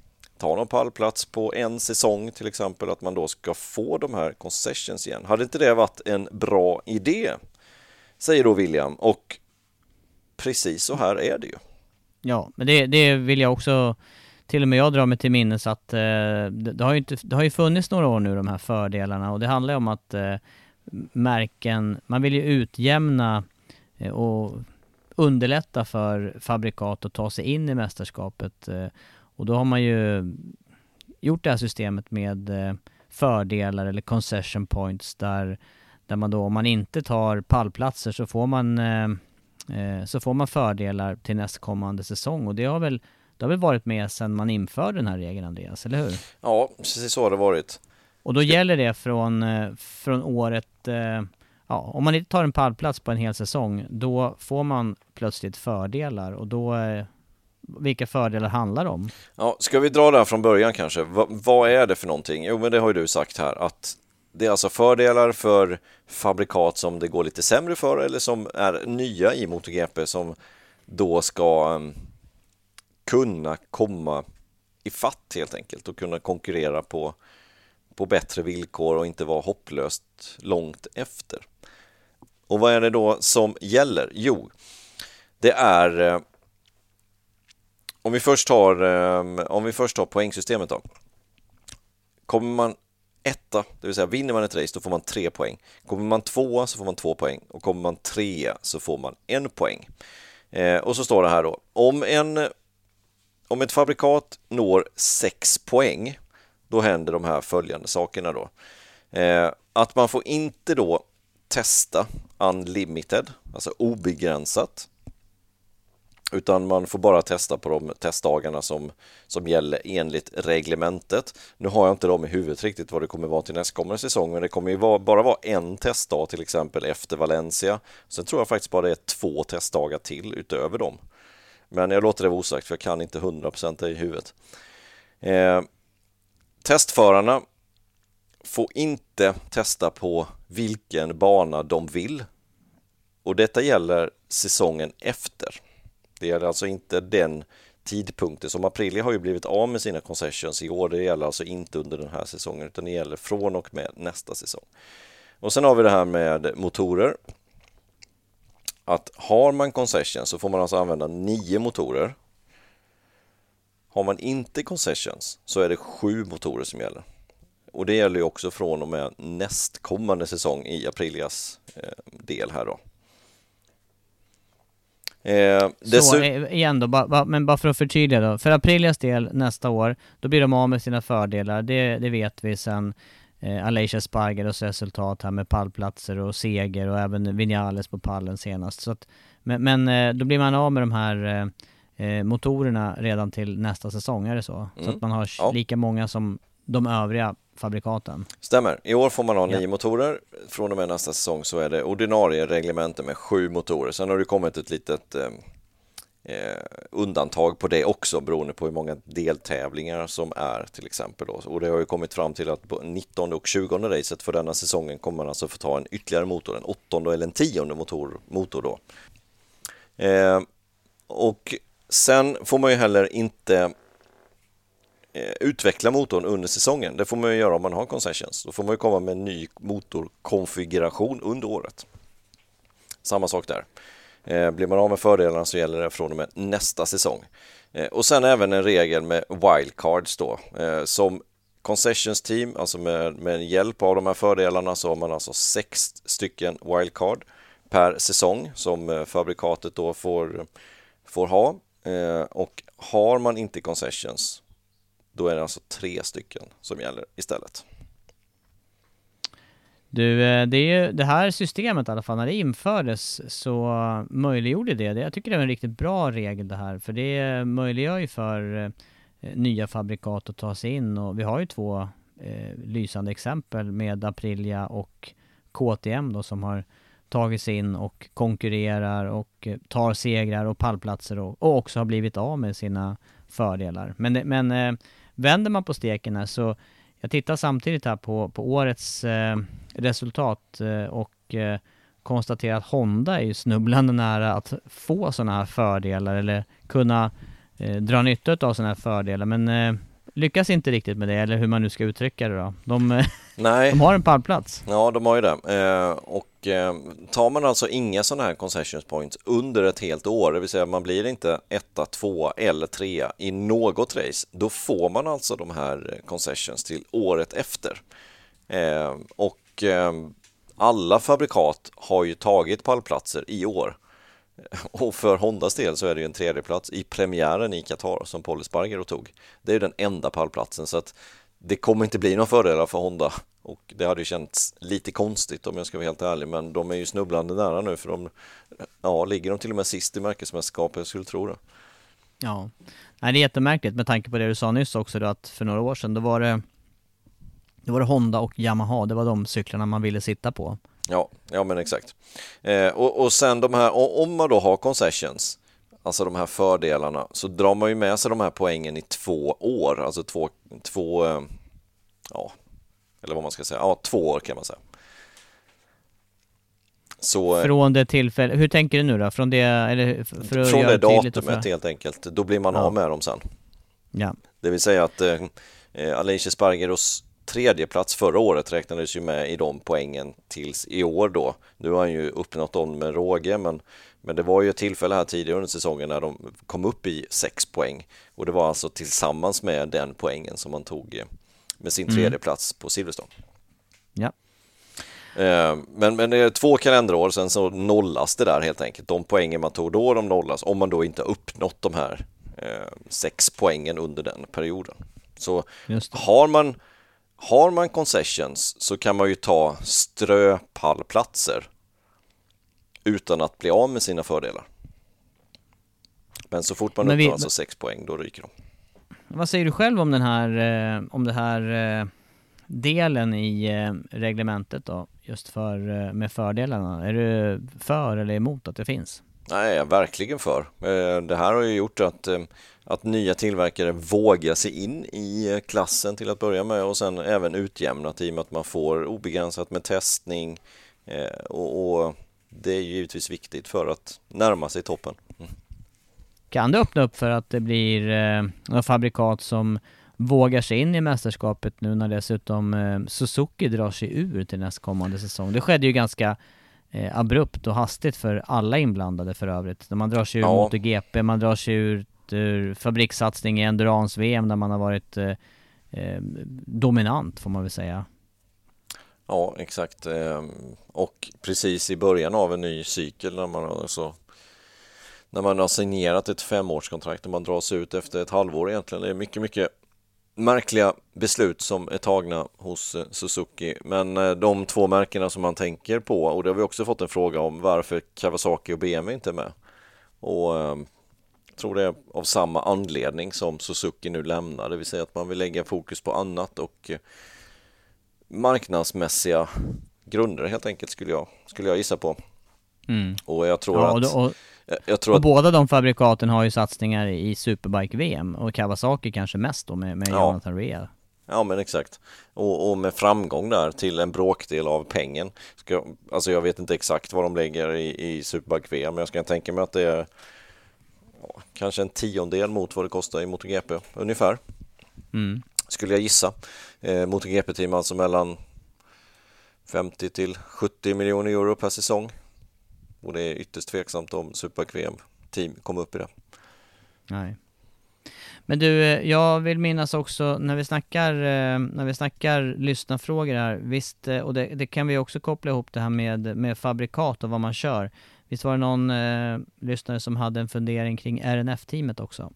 tar någon pallplats på en säsong till exempel, att man då ska få de här concessions igen. Hade inte det varit en bra idé? Säger då William, och precis så här är det ju. Ja, men det, det vill jag också, till och med jag drar mig till minnes att eh, det, det, har ju inte, det har ju funnits några år nu de här fördelarna, och det handlar ju om att eh, märken, man vill ju utjämna eh, och underlätta för fabrikat att ta sig in i mästerskapet, eh, och då har man ju gjort det här systemet med eh, fördelar eller concession points där, där man då, om man inte tar pallplatser så får man eh, eh, så får man fördelar till nästkommande säsong, och det har väl det har väl varit med sedan man införde den här regeln, Andreas, eller hur? Ja, precis så har det varit. Och då gäller det från, eh, från året, eh, ja, om man inte tar en pallplats på en hel säsong, då får man plötsligt fördelar, och då eh, vilka fördelar handlar det om? Ja, ska vi dra där från början kanske? Va, vad är det för någonting? Jo, men det har ju du sagt här, att det är alltså fördelar för fabrikat som det går lite sämre för eller som är nya i MotoGP, som då ska um, kunna komma i fatt helt enkelt och kunna konkurrera på, på bättre villkor och inte vara hopplöst långt efter. Och vad är det då som gäller? Jo, det är uh, om vi först tar um, om vi först tar poängsystemet då. Kommer man etta, det vill säga vinner man ett race, då får man tre poäng. Kommer man tvåa så får man två poäng, och kommer man trea så får man en poäng. Eh, och så står det här då, om en om ett fabrikat når sex poäng, då händer de här följande sakerna då. Eh, att man får inte då testa unlimited, alltså obegränsat, utan man får bara testa på de testdagarna som, som gäller enligt reglementet. Nu har jag inte dem i huvudet riktigt vad det kommer vara till nästkommande säsong, men det kommer ju vara, bara vara en testdag till exempel efter Valencia. Sen tror jag faktiskt bara det är två testdagar till utöver dem. Men jag låter det vara osagt för jag kan inte hundra procent det i huvudet. Eh, testförarna får inte testa på vilken bana de vill. Och detta gäller säsongen efter. Det gäller alltså inte den tidpunkten. Som Aprilia har ju blivit av med sina concessions i år. Det gäller alltså inte under den här säsongen, utan det gäller från och med nästa säsong. Och sen har vi det här med motorer. Att har man concessions så får man alltså använda nio motorer. Har man inte concessions så är det sju motorer som gäller. Och det gäller ju också från och med nästkommande säsong i Aprilias eh, del här då. Eh, så igen då, ba, ba, men bara för att förtydliga då. För Aprilias del nästa år, då blir de av med sina fördelar. Det, det vet vi sen eh, Aleix Espargaros resultat här med pallplatser och seger, och även Vinales på pallen senast. Så att, men men eh, då blir man av med de här eh, motorerna redan till nästa säsong, är det så? Mm. Så att man har ja. lika många som de övriga fabrikaten. Stämmer. I år får man ha nio ja. motorer. Från och med nästa säsong så är det ordinarie reglementer med sju motorer. Sen har det kommit ett litet eh, undantag på det också, beroende på hur många deltävlingar som är till exempel då. Och det har ju kommit fram till att på nittonde och tjugonde racet för denna säsongen kommer man alltså få ta en ytterligare motor, en åttonde eller en tionde motor, motor då. Eh, och sen får man ju heller inte utveckla motorn under säsongen. Det får man ju göra om man har concessions. Då får man ju komma med en ny motorkonfiguration under året. Samma sak där. Eh, blir man av med fördelarna så gäller det från och med nästa säsong. Eh, och sen även en regel med wildcards då. Eh, som concessions team, alltså med, med hjälp av de här fördelarna, så har man alltså sex stycken wildcard per säsong som eh, fabrikatet då får, får ha. Eh, och har man inte concessions, då är det alltså tre stycken som gäller istället. Du, det är ju det här systemet i alla fall, när det infördes så möjliggjorde det. Jag tycker det är en riktigt bra regel det här, för det möjliggör ju för nya fabrikat att ta sig in, och vi har ju två eh, lysande exempel med Aprilia och K T M då, som har tagit sig in och konkurrerar och tar segrar och pallplatser och, och också har blivit av med sina fördelar. Men, men eh, vänder man på steken här, så jag tittar samtidigt här på, på årets eh, resultat eh, och eh, konstaterar att Honda är ju snubblande nära att få sådana här fördelar eller kunna eh, dra nytta av sådana här fördelar. Men eh, lyckas inte riktigt med det, eller hur man nu ska uttrycka det då. De, Nej. de har en pallplats. Ja, de har ju det. Eh, och eh, tar man alltså inga sådana här concessions points under ett helt år, det vill säga man blir inte etta, tvåa eller trea i något race, då får man alltså de här concessions till året efter. Eh, och eh, alla fabrikat har ju tagit pallplatser i år. Och för Hondas del så är det ju en tredje plats i premiären i Qatar som Pol Espargaro tog. Det är ju den enda pallplatsen, så att det kommer inte bli några fördelar för Honda. Och det hade ju känts lite konstigt om jag ska vara helt ärlig, men de är ju snubblande nära nu, för de, ja, ligger de till och med sist i märkesmästerskapet, jag skulle tro det. Ja, nej, det är jättemärkligt med tanke på det du sa nyss också då, att för några år sedan då var det då var det Honda och Yamaha, det var de cyklarna man ville sitta på. Ja, ja men exakt. Eh, och, och sen de här, och om man då har concessions, alltså de här fördelarna, så drar man ju med sig de här poängen i två år, alltså två, två eh, ja, eller vad man ska säga, ja, två år kan man säga. Så, från det tillfälle, hur tänker du nu då? Från det, eller för att från göra det datumet för... helt enkelt, då blir man ja. av med dem sen. Ja. Det vill säga att eh, Aleix Espargaros tredje plats förra året räknades ju med i de poängen tills i år då. Nu har han ju uppnått dem med råge, men, men det var ju ett tillfälle här tidigare under säsongen när de kom upp i sex poäng. Och det var alltså tillsammans med den poängen som man tog med sin tredje mm. plats på Silverstone. Ja. Eh, men, men det är två kalenderår sen så nollas det där helt enkelt. De poängen man tog då, de nollas om man då inte uppnått de här eh, sex poängen under den perioden. Så har man Har man concessions så kan man ju ta ströpallplatser utan att bli av med sina fördelar. Men så fort man uppnår vi, alltså sex poäng, då ryker de. Vad säger du själv om den här, om det här delen i reglementet då, just för, med fördelarna? Är du för eller emot att det finns? Nej, jag är verkligen för. Det här har ju gjort att, att nya tillverkare vågar sig in i klassen till att börja med, och sen även utjämnat i och med att man får obegränsat med testning, och, och det är ju givetvis viktigt för att närma sig toppen. Mm. Kan det öppna upp för att det blir eh, några fabrikat som vågar sig in i mästerskapet nu när dessutom eh, Suzuki drar sig ur till nästa kommande säsong? Det skedde ju ganska Eh, abrupt och hastigt för alla inblandade för övrigt. Man drar sig ur ja. MotoGP, man drar sig ur, ur fabrikssatsning i Endurance-V M där man har varit eh, eh, dominant, får man väl säga. Ja, exakt. Eh, och precis i början av en ny cykel när man har, så, när man har signerat ett femårskontrakt och man dras ut efter ett halvår egentligen. Det är mycket, mycket märkliga beslut som är tagna hos Suzuki, men de två märkena som man tänker på, och det har vi också fått en fråga om, varför Kawasaki och B M W inte är med, och eh, jag tror det är av samma anledning som Suzuki nu lämnar, det vill säga att man vill lägga fokus på annat och eh, marknadsmässiga grunder helt enkelt, skulle jag, skulle jag gissa på. Mm. Och jag tror ja, att... Och, och... Jag tror och att... båda de fabrikaten har ju satsningar i Superbike-V M, och Kawasaki kanske mest då med, med ja. Jonathan Rea. Ja, men exakt. Och, och med framgång där till en bråkdel av pengen. Ska, alltså jag vet inte exakt vad de lägger i, i Superbike-V M, men jag ska tänka mig att det är ja, kanske en tiondel mot vad det kostar i MotoGP ungefär. Mm. Skulle jag gissa. Eh, MotoGP-team alltså mellan femtio till sjuttio miljoner euro per säsong. Och det är ytterst tveksamt om Superbike-V M-team kommer upp i det. Nej. Men du, jag vill minnas också när vi snackar, när vi snackar lyssnarfrågor här, visst, och det, det kan vi också koppla ihop det här med, med fabrikat och vad man kör. Visst var det någon eh, lyssnare som hade en fundering kring R N F-teamet också?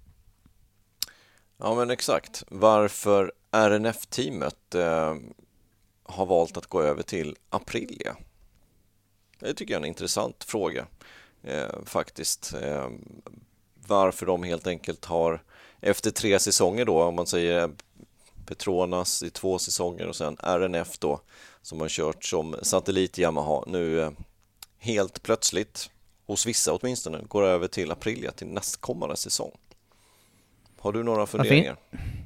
Ja, men exakt. Varför R N F-teamet eh, har valt att gå över till Aprilia? Det tycker jag är en intressant fråga eh, faktiskt. Eh, varför de helt enkelt har, efter tre säsonger då, om man säger Petronas i två säsonger och sen R N F då, som har kört som satellit Yamaha, nu eh, helt plötsligt, hos vissa åtminstone, går över till Aprilia till nästkommande säsong. Har du några funderingar?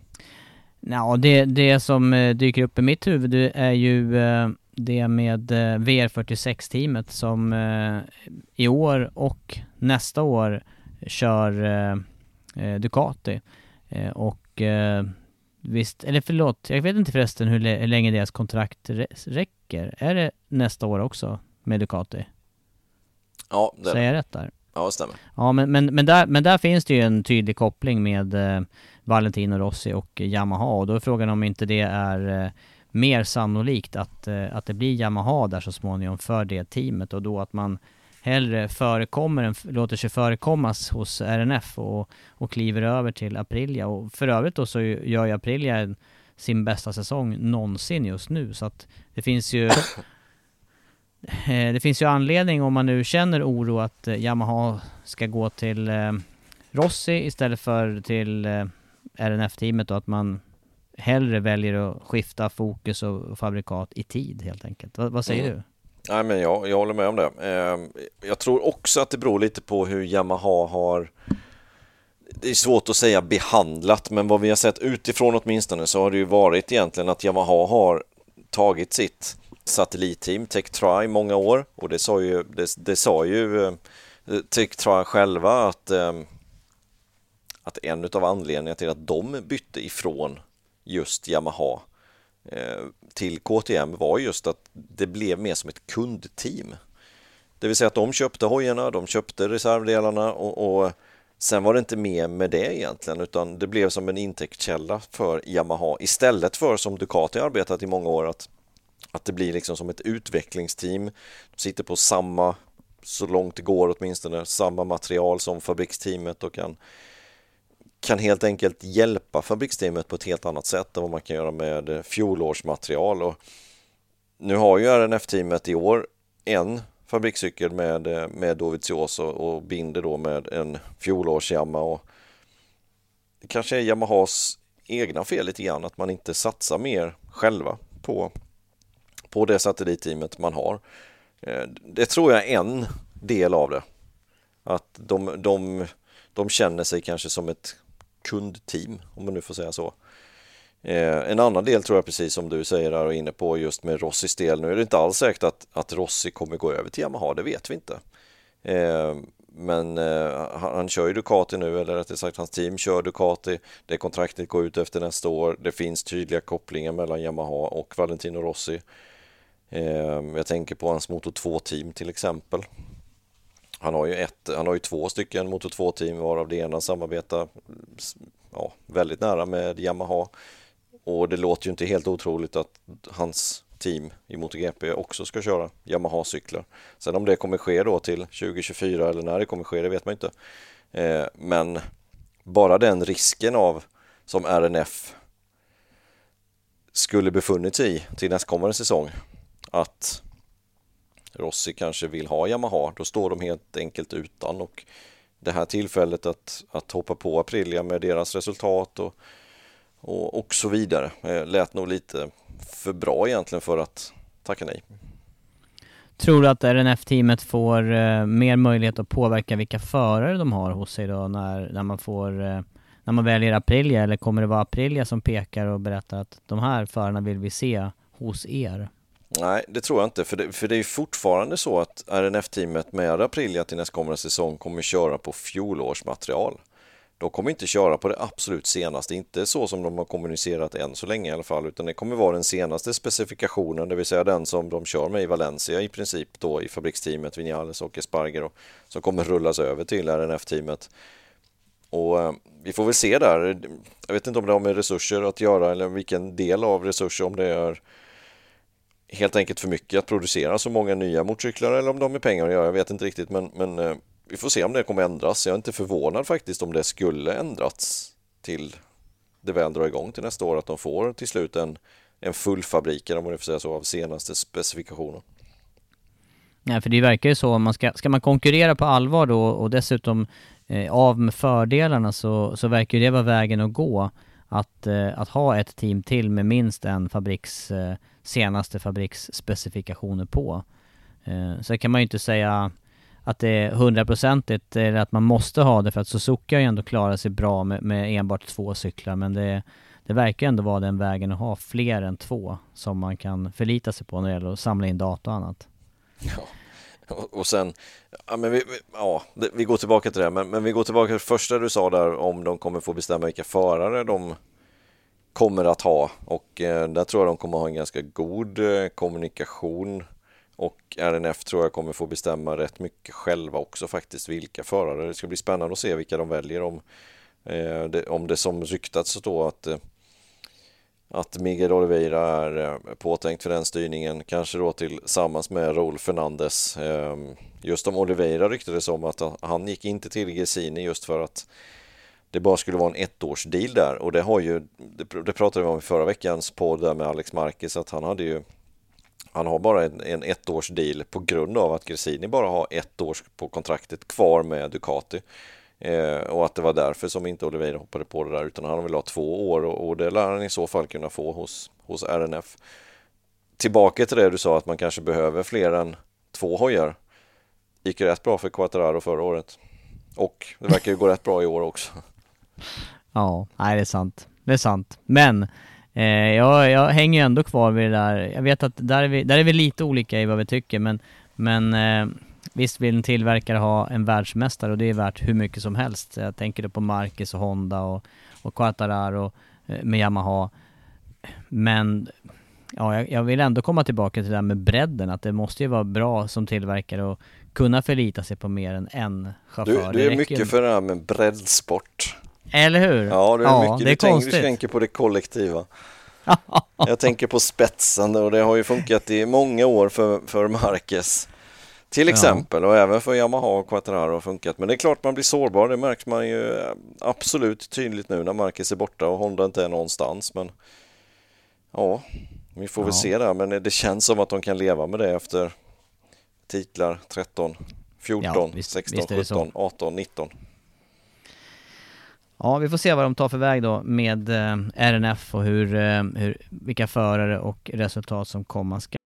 Ja, det, det som dyker upp i mitt huvud är ju eh, det med eh, V R fyrtiosex-teamet som eh, i år och nästa år kör eh, Ducati. Eh, och eh, visst, eller förlåt, jag vet inte förresten hur, hur länge deras kontrakt räcker. Är det nästa år också med Ducati? Ja, det säger jag rätt där? Ja, det stämmer. Ja, men, men, men, där, men där finns det ju en tydlig koppling med eh, Valentino Rossi och Yamaha, och då är frågan om inte det är eh, mer sannolikt att, eh, att det blir Yamaha där så småningom för det teamet, och då att man hellre förekommer än låter sig förekommas hos R N F och, och kliver över till Aprilia. Och för övrigt då så gör ju Aprilia sin bästa säsong någonsin just nu, så att det finns ju det finns ju anledning, om man nu känner oro, att Yamaha ska gå till eh, Rossi istället för till eh, R N F-teamet, och att man hellre väljer att skifta fokus och fabrikat i tid helt enkelt. vad, vad säger mm. du? Nej, men jag, jag håller med om det. Eh, jag tror också att det beror lite på hur Yamaha har, det är svårt att säga behandlat, men vad vi har sett utifrån åtminstone så har det ju varit egentligen att Yamaha har tagit sitt satellitteam Tectra i många år, och det sa ju, det, det sa ju eh, Tectra själva att, eh, att en av anledningarna till att de bytte ifrån just Yamaha till K T M var just att det blev mer som ett kundteam. Det vill säga att de köpte hojarna, de köpte reservdelarna, och, och sen var det inte mer med det egentligen, utan det blev som en intäktskälla för Yamaha istället för som Ducati arbetat i många år, att, att det blir liksom som ett utvecklingsteam. De sitter på samma, så långt det går åtminstone, samma material som fabriksteamet och kan kan helt enkelt hjälpa fabriksteamet på ett helt annat sätt än vad man kan göra med fjolårsmaterial. Och nu har ju R N F-teamet i år en fabrikscykel med, med Dovizioso och binder då med en fjolårs Yamaha. Och det kanske är Yamahas egna fel lite grann att man inte satsar mer själva på, på det satellitteamet man har. Det tror jag är en del av det. Att de, de, de känner sig kanske som ett kundteam, om man nu får säga så. Eh, en annan del tror jag, precis som du säger där och inne på just med Rossis del, nu är det inte alls säkert att, att Rossi kommer gå över till Yamaha, det vet vi inte. Eh, men eh, han, han kör ju Ducati nu, eller rättare sagt hans team kör Ducati, det kontraktet går ut efter nästa år, det finns tydliga kopplingar mellan Yamaha och Valentino Rossi. Eh, jag tänker på hans Moto två-team till exempel. Han har ju ett, han har ju två stycken Moto två-team, varav det ena samarbetar ja, väldigt nära med Yamaha. Och det låter ju inte helt otroligt att hans team i MotoGP också ska köra Yamaha-cyklar. Sen om det kommer ske då till tjugo tjugofyra eller när det kommer ske, det vet man inte. Eh, men bara den risken av som R N F skulle befunnit sig i till nästkommande säsong, att Rossi kanske vill ha Yamaha, då står de helt enkelt utan, och det här tillfället att, att hoppa på Aprilia med deras resultat och, och, och så vidare eh, lät nog lite för bra egentligen för att tacka nej. Tror du att R N F-teamet får eh, mer möjlighet att påverka vilka förare de har hos sig då när, när man får eh, när man väljer Aprilia, eller kommer det vara Aprilia som pekar och berättar att de här förarna vill vi se hos er? Nej, det tror jag inte, för det, för det är fortfarande så att R N F-teamet med Aprilia till nästkommande säsong kommer köra på fjolårsmaterial. De kommer inte köra på det absolut senaste, inte så som de har kommunicerat än så länge i alla fall, utan det kommer vara den senaste specifikationen, det vill säga den som de kör med i Valencia i princip då i fabriksteamet Vinales och Espargaro, som kommer rullas över till R N F-teamet. Och eh, vi får väl se där, jag vet inte om det har med resurser att göra eller vilken del av resurser, om det är helt enkelt för mycket att producera så många nya motorcyklar eller om de är pengar att göra, jag vet inte riktigt, men, men eh, vi får se om det kommer ändras. Jag är inte förvånad faktiskt om det skulle ändrats till det väl drar igång till nästa år, att de får till slut en, en fullfabrik, om man får säga så, av senaste specifikationen. Nej, för det verkar ju så, man ska, ska man konkurrera på allvar då och dessutom eh, av med fördelarna, så, så verkar det vara vägen att gå. Att, eh, att ha ett team till med minst en fabriks eh, senaste fabriksspecifikationer på. Eh, så kan man ju inte säga att det är hundraprocentigt eller att man måste ha det, för att Suzuki har ju ändå klarat sig bra med, med enbart två cyklar, men det, det verkar ändå vara den vägen att ha fler än två som man kan förlita sig på när det gäller att samla in data och annat. Ja, och, och sen ja, men vi, ja, det, vi går tillbaka till det, men, men vi går tillbaka till det första du sa där, om de kommer få bestämma vilka förare de kommer att ha, och eh, där tror jag de kommer ha en ganska god eh, kommunikation, och R N F tror jag kommer få bestämma rätt mycket själva också faktiskt vilka förare. Det ska bli spännande att se vilka de väljer, om, eh, det, om det som ryktats då att eh, att Miguel Oliveira är påtänkt för den styrningen, kanske då tillsammans med Raúl Fernández. Just om Oliveira ryktades om att han gick inte till Gresini just för att det bara skulle vara en ettårsdeal där, och det har ju det pratade vi om i förra veckans podd där med Alex Marquez, att han hade ju han har bara en, en ettårsdeal på grund av att Gresini bara har ett år på kontraktet kvar med Ducati. Eh, och att det var därför som inte Oliveira hoppade på det där, utan han vill ha två år, och, och det lär han i så fall kunna få hos, hos R N F. Tillbaka till det du sa, att man kanske behöver fler än två hojar. Gick rätt bra för Quartararo förra året, och det verkar ju gå rätt bra i år också. Ja, nej, det är sant. Det är sant. Men eh, jag, jag hänger ju ändå kvar vid det där. Jag vet att där är vi, där är vi lite olika i vad vi tycker, men, men eh, visst vill en tillverkare ha en världsmästare, och det är värt hur mycket som helst. Jag tänker då på Marquez och Honda och, och Quartararo med Yamaha. Men ja, jag, jag vill ändå komma tillbaka till det där med bredden, att det måste ju vara bra som tillverkare och kunna förlita sig på mer än en chaufför. Du, du är mycket för det här med breddsport. Eller hur? Ja, du är ja, mycket. Det är du, tänker, konstigt. du tänker på det kollektiva. Jag tänker på spetsen, och det har ju funkat i många år för, för Marquez till exempel, ja. Och även för Yamaha och Quartararo har funkat. Men det är klart man blir sårbar, det märks man ju absolut tydligt nu när Marquez är borta och Honda inte är någonstans. Men ja, vi får väl ja. se där, men det känns som att de kan leva med det efter titlar tretton, fjorton, ja, visst, sexton, visst sjutton, arton, nitton. Ja, vi får se vad de tar för väg då med eh, R N F och hur, eh, hur, vilka förare och resultat som komma ska.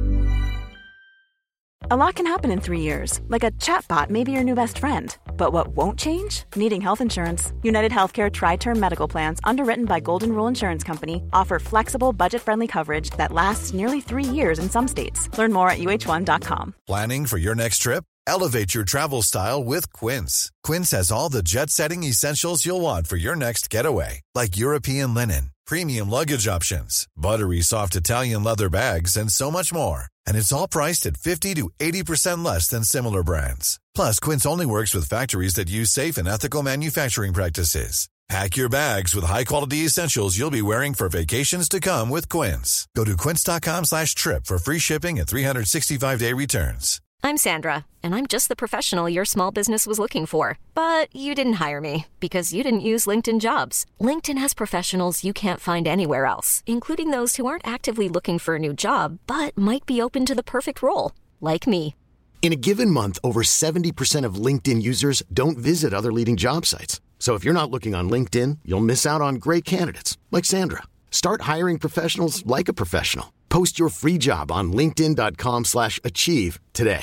A lot can happen in three years, like a chatbot may be your new best friend. But what won't change? Needing health insurance. United Healthcare Tri-Term Medical Plans, underwritten by Golden Rule Insurance Company, offer flexible, budget-friendly coverage that lasts nearly three years in some states. Learn more at U H one dot com. Planning for your next trip? Elevate your travel style with Quince. Quince has all the jet-setting essentials you'll want for your next getaway, like European linen, premium luggage options, buttery soft Italian leather bags, and so much more. And it's all priced at fifty to eighty percent less than similar brands. Plus, Quince only works with factories that use safe and ethical manufacturing practices. Pack your bags with high-quality essentials you'll be wearing for vacations to come with Quince. Go to quince.com slash trip for free shipping and three sixty-five day returns. I'm Sandra, and I'm just the professional your small business was looking for. But you didn't hire me because you didn't use LinkedIn Jobs. LinkedIn has professionals you can't find anywhere else, including those who aren't actively looking for a new job, but might be open to the perfect role, like me. In a given month, over seventy percent of LinkedIn users don't visit other leading job sites. So if you're not looking on LinkedIn, you'll miss out on great candidates like Sandra. Start hiring professionals like a professional. Post your free job on linkedin dot com slash achieve today.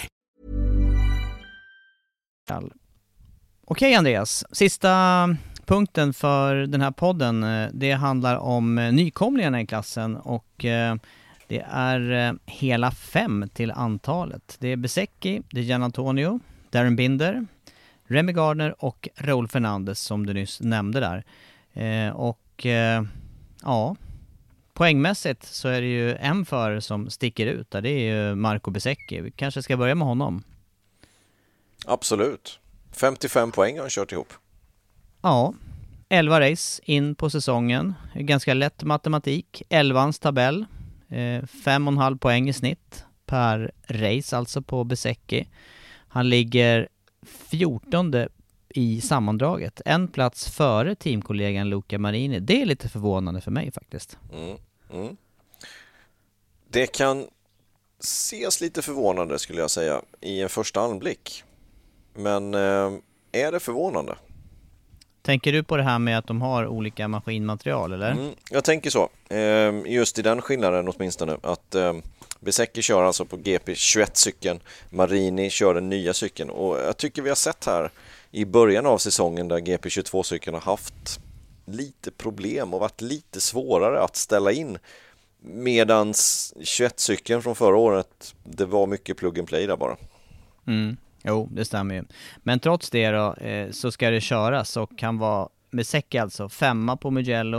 Okej Andreas, sista punkten för den här podden, det handlar om nykomlingarna i klassen, och det är hela fem till antalet. Det är Bezzecchi, det är Gian Antonio, Darren Binder, Remy Gardner och Raúl Fernández som du nyss nämnde där. Och ja, poängmässigt så är det ju en förare som sticker ut där, det är ju Marco Bezzecchi. Vi kanske ska börja med honom. Absolut. femtiofem poäng har han kört ihop. Ja, elva race in på säsongen. Ganska lätt matematik. elvans tabell. Fem och en halv poäng i snitt per race, alltså på Bezzecchi. Han ligger fjortonde i sammandraget. En plats före teamkollegan Luca Marini. Det är lite förvånande för mig faktiskt. Mm, mm. Det kan ses lite förvånande skulle jag säga i en första anblick. Men eh, är det förvånande? Tänker du på det här med att de har olika maskinmaterial eller? Mm, jag tänker så. Eh, just i den skillnaden åtminstone. Att eh, Bezzecchi kör alltså på G P tjugoett-cykeln. Marini kör den nya cykeln. Och jag tycker vi har sett här i början av säsongen där G P tjugotvå-cykeln har haft lite problem och varit lite svårare att ställa in. Medans tjugoett-cykeln från förra året, det var mycket plug and play där bara. Mm. Jo, det stämmer ju. Men trots det då, eh, så ska det köras och kan vara Bezzecchi alltså femma på Mugello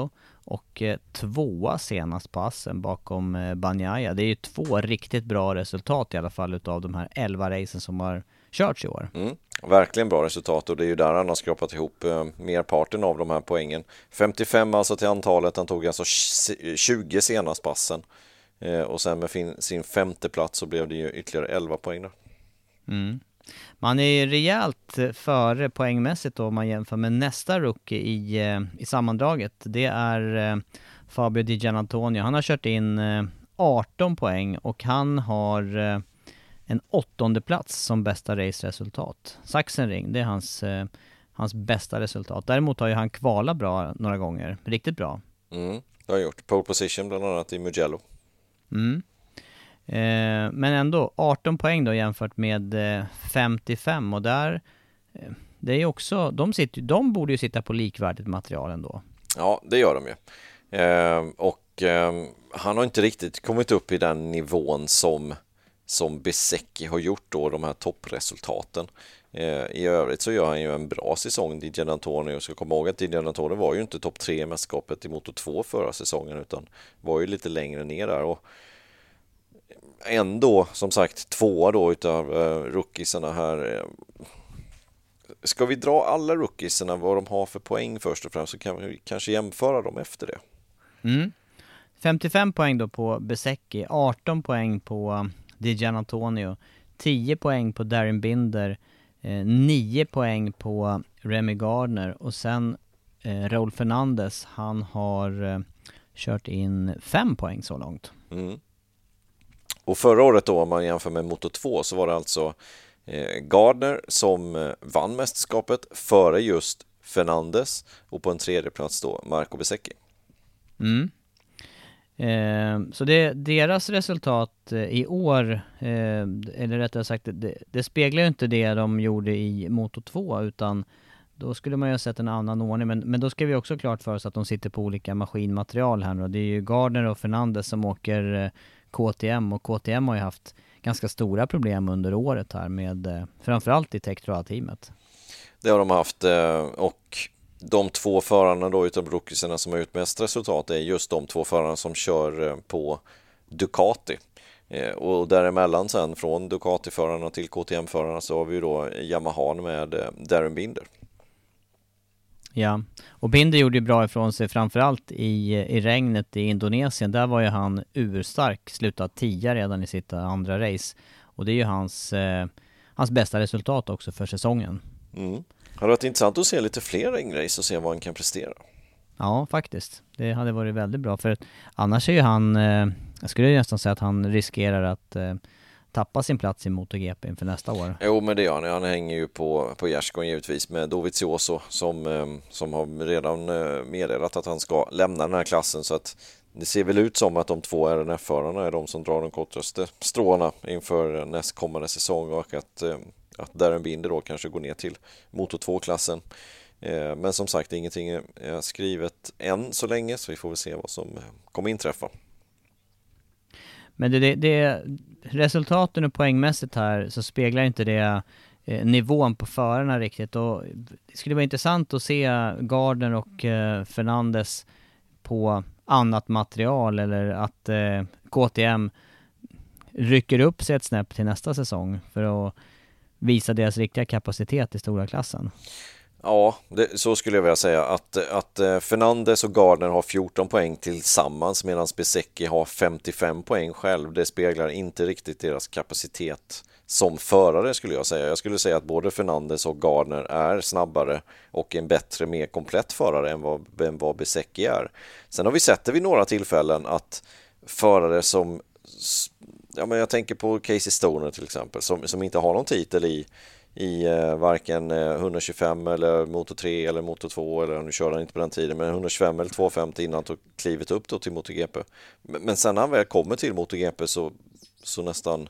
och eh, tvåa senast på Assen bakom eh, Bagnaia. Det är ju två riktigt bra resultat i alla fall utav de här elva racen som har körts i år. Mm, verkligen bra resultat, och det är ju där han har skrapat ihop eh, merparten av de här poängen. femtiofem alltså till antalet, han tog alltså tjugo senast passen. Eh, och sen med fin- sin femte plats så blev det ju ytterligare elva poäng där. Mm. Man är rejält före poängmässigt då om man jämför med nästa rookie i, i sammandraget. Det är eh, Fabio Di Giannantonio. Han har kört in eh, arton poäng och han har eh, en åttonde plats som bästa raceresultat. Sachsenring, det är hans, eh, hans bästa resultat. Däremot har ju han kvalat bra några gånger. Riktigt bra. Mm, det har gjort. Pole position bland annat i Mugello. Mm. Eh, men ändå arton poäng då jämfört med eh, femtiofem, och där eh, det är ju också, de, sitter, de borde ju sitta på likvärdigt material ändå. Ja, det gör de ju. Eh, och eh, han har inte riktigt kommit upp i den nivån som, som Bezzecchi har gjort då, de här toppresultaten. Eh, I övrigt så gör han ju en bra säsong, Di Giannantonio. Jag ska komma ihåg att Di Giannantonio var ju inte topp tre i mästerskapet i Moto två förra säsongen, utan var ju lite längre ner där, och ändå som sagt tvåa då utav uh, rookiesarna här. Ska vi dra alla rookiesarna vad de har för poäng först och främst, så kan vi kanske jämföra dem efter det. Mm. femtiofem poäng då på Bezzecchi, arton poäng på Di Giannantonio, tio poäng på Darren Binder, eh, nio poäng på Remy Gardner, och sen eh, Raúl Fernández, han har eh, kört in fem poäng så långt. Mm. Och förra året då, om man jämför med Moto två, så var det alltså eh, Gardner som eh, vann mästerskapet före just Fernandes, och på en tredje plats då Marco Bezzecchi. Mm. Eh, så det, deras resultat eh, i år, eh, eller rättare sagt, det, det speglar ju inte det de gjorde i Moto två, utan då skulle man ju ha sett en annan ordning. Men, men då ska vi också klart för oss att de sitter på olika maskinmaterial här. Och det är ju Gardner och Fernandes som åker eh, K T M, och K T M har ju haft ganska stora problem under året här med eh, framförallt i Tektroa-teamet. Det har de haft, eh, och de två förarna då utav rookiesarna som har gjort mest resultat är just de två förarna som kör eh, på Ducati. Eh, och däremellan sen från Ducati-förarna till K T M-förarna så har vi ju då Yamaha med eh, Darren Binder. Ja, och Binder gjorde ju bra ifrån sig framförallt i, i regnet i Indonesien. Där var ju han urstark, slutade tia redan i sitt andra race. Och det är ju hans, eh, hans bästa resultat också för säsongen. Mm. Har det varit intressant att se lite fler regnrace och se vad han kan prestera? Ja, faktiskt. Det hade varit väldigt bra. För annars är ju han, eh, jag skulle ju nästan säga att han riskerar att eh, tappa sin plats i MotoGP inför nästa år. Jo, men det gör han. Han hänger ju på, på gärdsgården givetvis med Dovizioso som, eh, som har redan eh, meddelat att han ska lämna den här klassen, så att det ser väl ut som att de två R N F-förarna är de som drar de kortaste stråna inför nästkommande säsong, och att, eh, att Darren Binder då kanske går ner till Moto två-klassen. Eh, men som sagt, ingenting är skrivet än så länge, så vi får väl se vad som kommer inträffa. Men det, det, det resultaten och poängmässigt här så speglar inte det eh, nivån på förarna riktigt, och det skulle vara intressant att se Gardner och eh, Fernandes på annat material, eller att eh, K T M rycker upp sig ett snäpp till nästa säsong för att visa deras riktiga kapacitet i stora klassen. Ja, det, så skulle jag vilja säga att, att Fernandes och Gardner har fjorton poäng tillsammans medan Bezzecchi har femtiofem poäng själv. Det speglar inte riktigt deras kapacitet som förare, skulle jag säga. Jag skulle säga att både Fernandes och Gardner är snabbare och en bättre, mer komplett förare än vad, än vad Bezzecchi är. Sen har vi sett det vid några tillfällen att förare som, ja, men jag tänker på Casey Stoner till exempel, som, som inte har någon titel i i eh, varken eh, etthundratjugofem eller Moto tre eller Moto två, eller nu kör han inte på den tiden, men etthundratjugofem eller tvåhundrafemtio innan han tog klivet upp då till MotoGP. Men, men sen när han väl kommer till MotoGP så, så nästan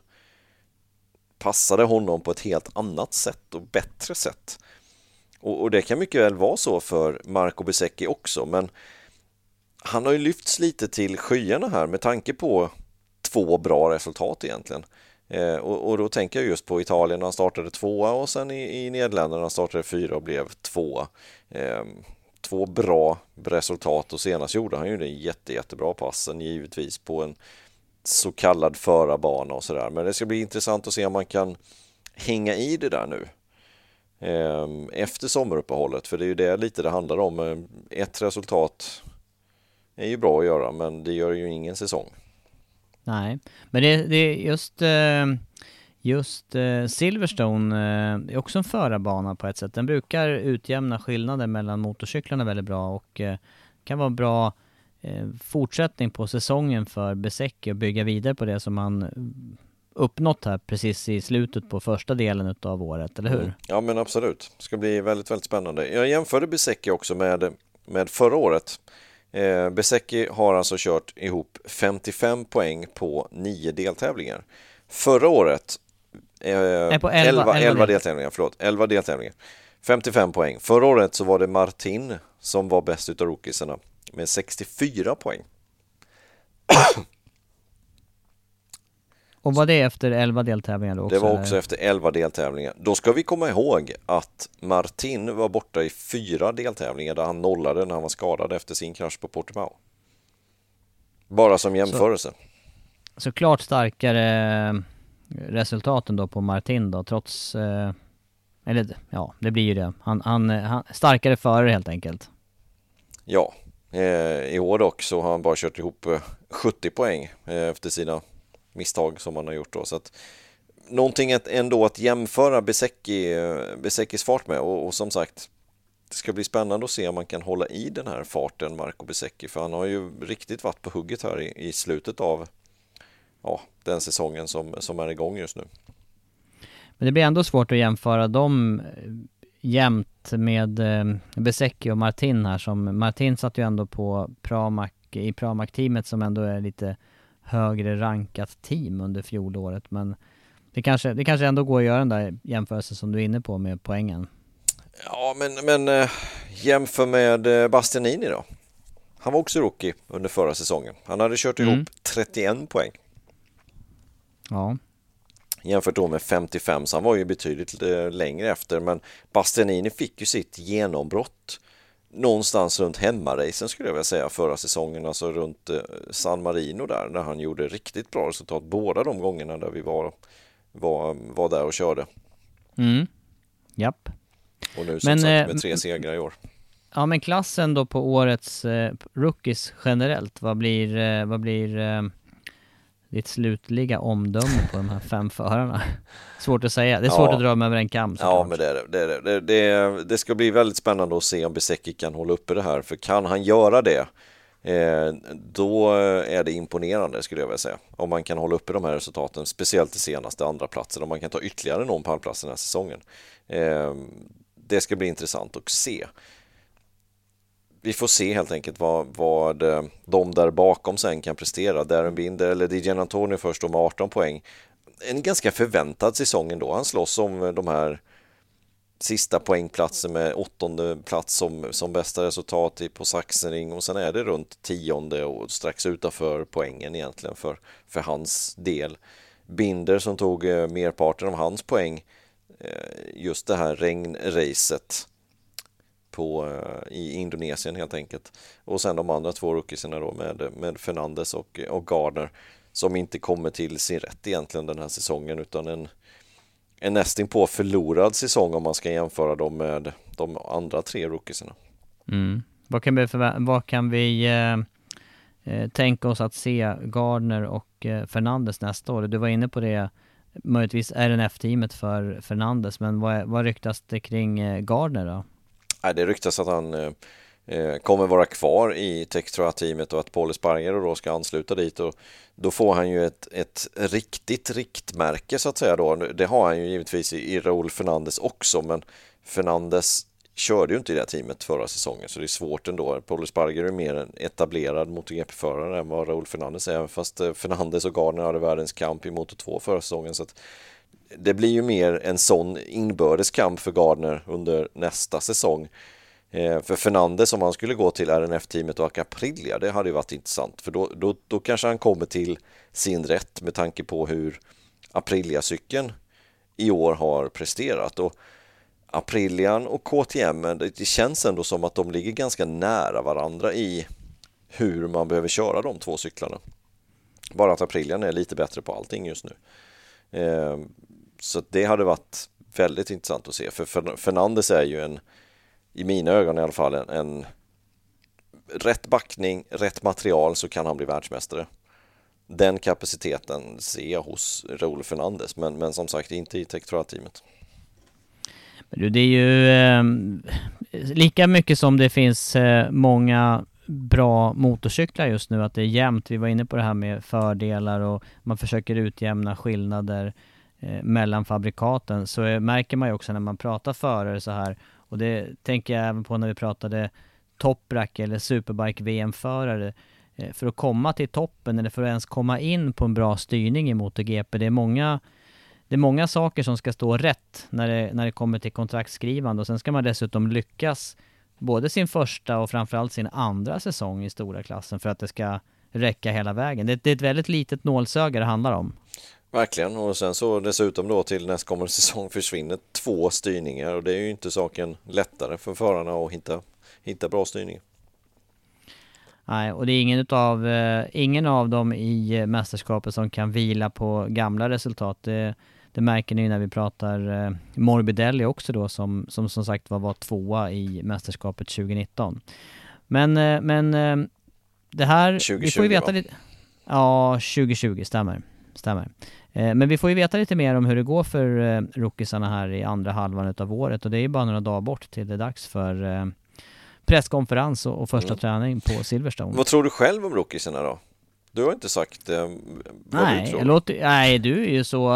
passade honom på ett helt annat sätt och bättre sätt. Och, och det kan mycket väl vara så för Marco Bezzecchi också, men han har ju lyfts lite till skyarna här med tanke på två bra resultat egentligen. Eh, och, och då tänker jag just på Italien när han startade tvåa, och sen i, i Nederländerna han startade fyra och blev tvåa. Eh, två bra resultat och senast gjorde han ju det jätte, jättebra passen givetvis på en så kallad förarbana och sådär. Men det ska bli intressant att se om man kan hänga i det där nu efter sommaruppehållet, för det är ju det lite det handlar om. Ett resultat är ju bra att göra, men det gör ju ingen säsong. Nej, men det, det är just just Silverstone är också en förarbana på ett sätt. Den brukar utjämna skillnader mellan motorcyklarna väldigt bra och kan vara bra fortsättning på säsongen för Bezzecchi och bygga vidare på det som man uppnått här precis i slutet på första delen av året, eller hur? Mm. Ja, men absolut. Det ska bli väldigt, väldigt spännande. Jag jämförde Bezzecchi också med, med förra året. Eh, Bezzecchi har alltså kört ihop femtiofem poäng på nio deltävlingar. Förra året eh, Nej, på elva, elva, elva, elva deltävlingar, förlåt, elva deltävlingar. femtiofem poäng. Förra året så var det Martin som var bäst utav rookiesarna med sextiofyra poäng. Och var det efter elva deltävlingar då också? Det var också eller? efter elva deltävlingar. Då ska vi komma ihåg att Martin var borta i fyra deltävlingar där han nollade när han var skadad efter sin krasch på Portimao. Bara som jämförelse. Så, så klart starkare resultaten då på Martin då, trots... Eh, eller ja, det blir ju det. Han, han, han starkare förare helt enkelt. Ja, eh, i år dock så har han bara kört ihop eh, sjuttio poäng eh, efter sina misstag som han har gjort då. Så att någonting att, ändå att jämföra Bezzecchi, Bezzecchis fart med, och, och som sagt, det ska bli spännande att se om man kan hålla i den här farten, Marco Bezzecchi, för han har ju riktigt varit på hugget här i, i slutet av ja, den säsongen som, som är igång just nu. Men det blir ändå svårt att jämföra dem jämt med eh, Bezzecchi och Martin här, som Martin satt ju ändå på Pramac, i Pramac-teamet som ändå är lite högre rankat team under fjolåret, men det kanske, det kanske ändå går att göra den där jämförelsen som du är inne på med poängen. Ja, men, men äh, jämför med äh, Bastianini då. Han var också rookie under förra säsongen. Han hade kört ihop mm. trettioen poäng. Ja. Jämfört då med femtiofem, så han var ju betydligt äh, längre efter, men Bastianini fick ju sitt genombrott någonstans runt hemmaracen skulle jag vilja säga förra säsongen, alltså runt eh, San Marino där, när han gjorde riktigt bra resultat båda de gångerna där vi var, var, var där och körde. Mm. Japp. Och nu som men, sagt med tre segrar i år. Ja, men klassen då på årets eh, rookies generellt, vad blir, eh, vad blir eh, ditt slutliga omdöme på de här fem förarna? Svårt att säga. Det är svårt ja. att dra dem över en kam. Ja, klart. men det, är, det, är, det, det, det ska bli väldigt spännande att se om Bezzecchi kan hålla uppe det här. För kan han göra det, eh, då är det imponerande skulle jag vilja säga. Om man kan hålla uppe de här resultaten, speciellt det senaste andra platsen. Om man kan ta ytterligare någon pallplats den här säsongen. Eh, det ska bli intressant att se. Vi får se helt enkelt vad, vad de där bakom sen kan prestera. Darren Binder eller Di Giannantonio först då med arton poäng. En ganska förväntad säsong ändå. Han slåss om de här sista poängplatsen med åttonde plats som, som bästa resultat på Sachsenring. Och sen är det runt tionde och strax utanför poängen egentligen för, för hans del. Binder som tog merparten av hans poäng just det här regnracet på, i Indonesien helt enkelt. Och sen de andra två rookiesarna då med, med Fernandes och, och Gardner som inte kommer till sin rätt egentligen den här säsongen, utan en, en nästan på förlorad säsong om man ska jämföra dem med de andra tre rookiesarna. Mm. Vad kan vi, förvä- vad kan vi eh, tänka oss att se Gardner och eh, Fernandes nästa år? Du var inne på det, möjligtvis R N F-teamet för Fernandes, men vad, vad ryktas det kring eh, Gardner då? Nej, det ryktas att han eh, kommer vara kvar i Textra-teamet och att Paul Espargaro då ska ansluta dit, och då får han ju ett, ett riktigt riktmärke så att säga då. Det har han ju givetvis i, i Raúl Fernandes också, men Fernandes körde ju inte i det här teamet förra säsongen, så det är svårt ändå. Paul Espargaro är mer en etablerad MotoGP-förare än vad Raúl Fernandes är, fast Fernandes och Gardner hade världens kamp i Moto två förra säsongen, så att det blir ju mer en sån inbördeskamp för Gardner under nästa säsong. Eh, för Fernandes, om han skulle gå till R N F-teamet och Aprilia, det hade ju varit intressant. För då, då, då kanske han kommer till sin rätt med tanke på hur Aprilia-cykeln i år har presterat. Och Aprilian och K T M, det känns ändå som att de ligger ganska nära varandra i hur man behöver köra de två cyklarna. Bara att Aprilian är lite bättre på allting just nu. Eh, så det hade varit väldigt intressant att se. För Fernandes är ju en, i mina ögon i alla fall, en, en rätt backning, rätt material, så kan han bli världsmästare. Den kapaciteten ser jag hos Raúl Fernandes, men, men som sagt inte i Tektora-teamet. Det är ju eh, lika mycket som det finns eh, många bra motorcyklar just nu, att det är jämnt. Vi var inne på det här med fördelar och man försöker utjämna skillnader eh, mellan fabrikaten, så eh, märker man ju också när man pratar förare så här, och det tänker jag även på när vi pratade Toprak eller Superbike V M-förare, eh, för att komma till toppen eller för att ens komma in på en bra styrning i MotoGP, det är många Det är många saker som ska stå rätt när det, när det kommer till kontraktskrivande, och sen ska man dessutom lyckas både sin första och framförallt sin andra säsong i stora klassen för att det ska räcka hela vägen. Det, det är ett väldigt litet nålsöga det handlar om. Verkligen, och sen så dessutom då till nästkommande säsong försvinner två styrningar, och det är ju inte saken lättare för förarna att hitta, hitta bra styrning. Nej, och det är ingen utav, eh, ingen av dem i eh, mästerskapet som kan vila på gamla resultat. Det, det märker ni när vi pratar eh, Morbidelli också då, som som, som sagt var, var tvåa i mästerskapet tjugonitton. Men, eh, men eh, det här... tjugo tjugo, vi får ju veta va? lite... Ja, tjugo tjugo, stämmer. stämmer. Eh, men vi får ju veta lite mer om hur det går för eh, rookiesarna här i andra halvan utav året, och det är ju bara några dagar bort till det är dags för... Eh, presskonferens och, och första mm. träning på Silverstone. Vad tror du själv om rookiesarna då? Du har inte sagt eh, vad nej, du tror. Låter, nej, du är ju så...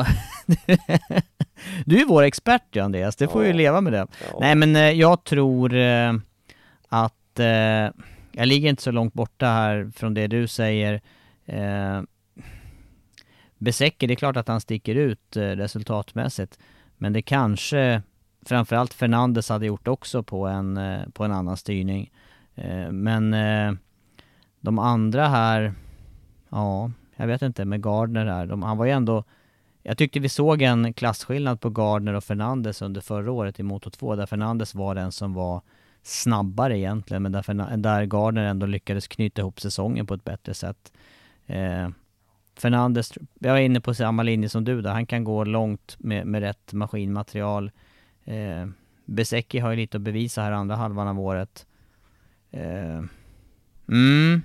du är vår expert, Andreas. Det får ja. ju leva med det. Ja. Nej, men eh, jag tror eh, att... Eh, jag ligger inte så långt borta här från det du säger. Eh, Besäcker, det är klart att han sticker ut eh, resultatmässigt. Men det kanske... framförallt Fernandes hade gjort också på en, på en annan styrning. Men de andra här, ja, jag vet inte, med Gardner här, de, han var ju ändå, jag tyckte vi såg en klassskillnad på Gardner och Fernandes under förra året i Moto två, där Fernandes var den som var snabbare egentligen, men där, där Gardner ändå lyckades knyta ihop säsongen på ett bättre sätt. Eh, Fernandes, jag var inne på samma linje som du där, han kan gå långt med, med rätt maskinmaterial. Eh, Besäcki har ju lite att bevisa här andra halvan av året. Eh, mm.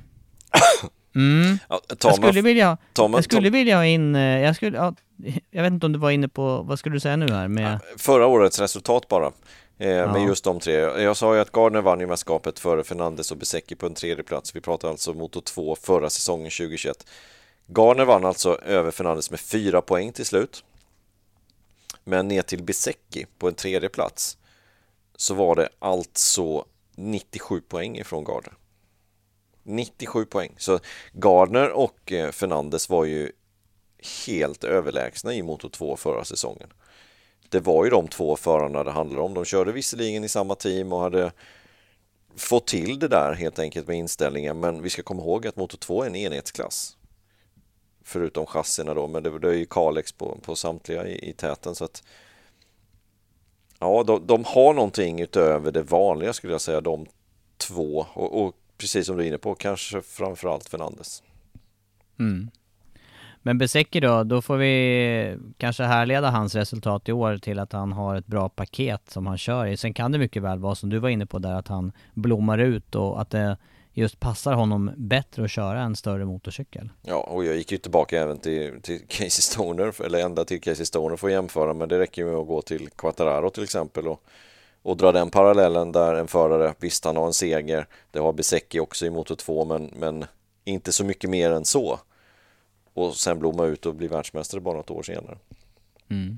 Mm. Ja, jag skulle vilja Tom, jag skulle Tom. vilja ha in jag skulle ja, jag vet inte om du var inne på, vad skulle du säga nu här med förra årets resultat bara. Eh, ja. Med just de tre. Jag sa ju att Gardner vann ju mästerskapet före Fernandes och Besäcki på en tredje plats. Vi pratar alltså Moto två förra säsongen tjugohundratjugoett. Gardner vann alltså över Fernandes med fyra poäng till slut. Men ner till Besäcki på en tredje plats så var det alltså nittiosju poäng ifrån Gardner. nittiosju poäng. Så Gardner och Fernandes var ju helt överlägsna i Moto två förra säsongen. Det var ju de två förarna det handlade om. De körde visserligen i samma team och hade fått till det där helt enkelt med inställningen. Men vi ska komma ihåg att Moto två är en enhetsklass. Förutom chassierna då, men det, det är ju Kalex på, på samtliga i, i täten, så att ja, de, de har någonting utöver det vanliga skulle jag säga, de två, och, och precis som du är inne på, kanske framförallt Fernandes. Mm. Men Besäcki då, då får vi kanske härleda hans resultat i år till att han har ett bra paket som han kör i. Sen kan det mycket väl vara som du var inne på där, att han blommar ut och att det just passar honom bättre att köra en större motorcykel. Ja, och jag gick ju tillbaka även till, till Casey Stoner, eller ända till Casey Stoner för att jämföra, men det räcker ju med att gå till Quartararo till exempel och, och dra den parallellen där en förare, visst han har en seger, det har Besäcki också i Moto två, men, men inte så mycket mer än så. Och sen blomma ut och bli världsmästare bara något år senare. Mm.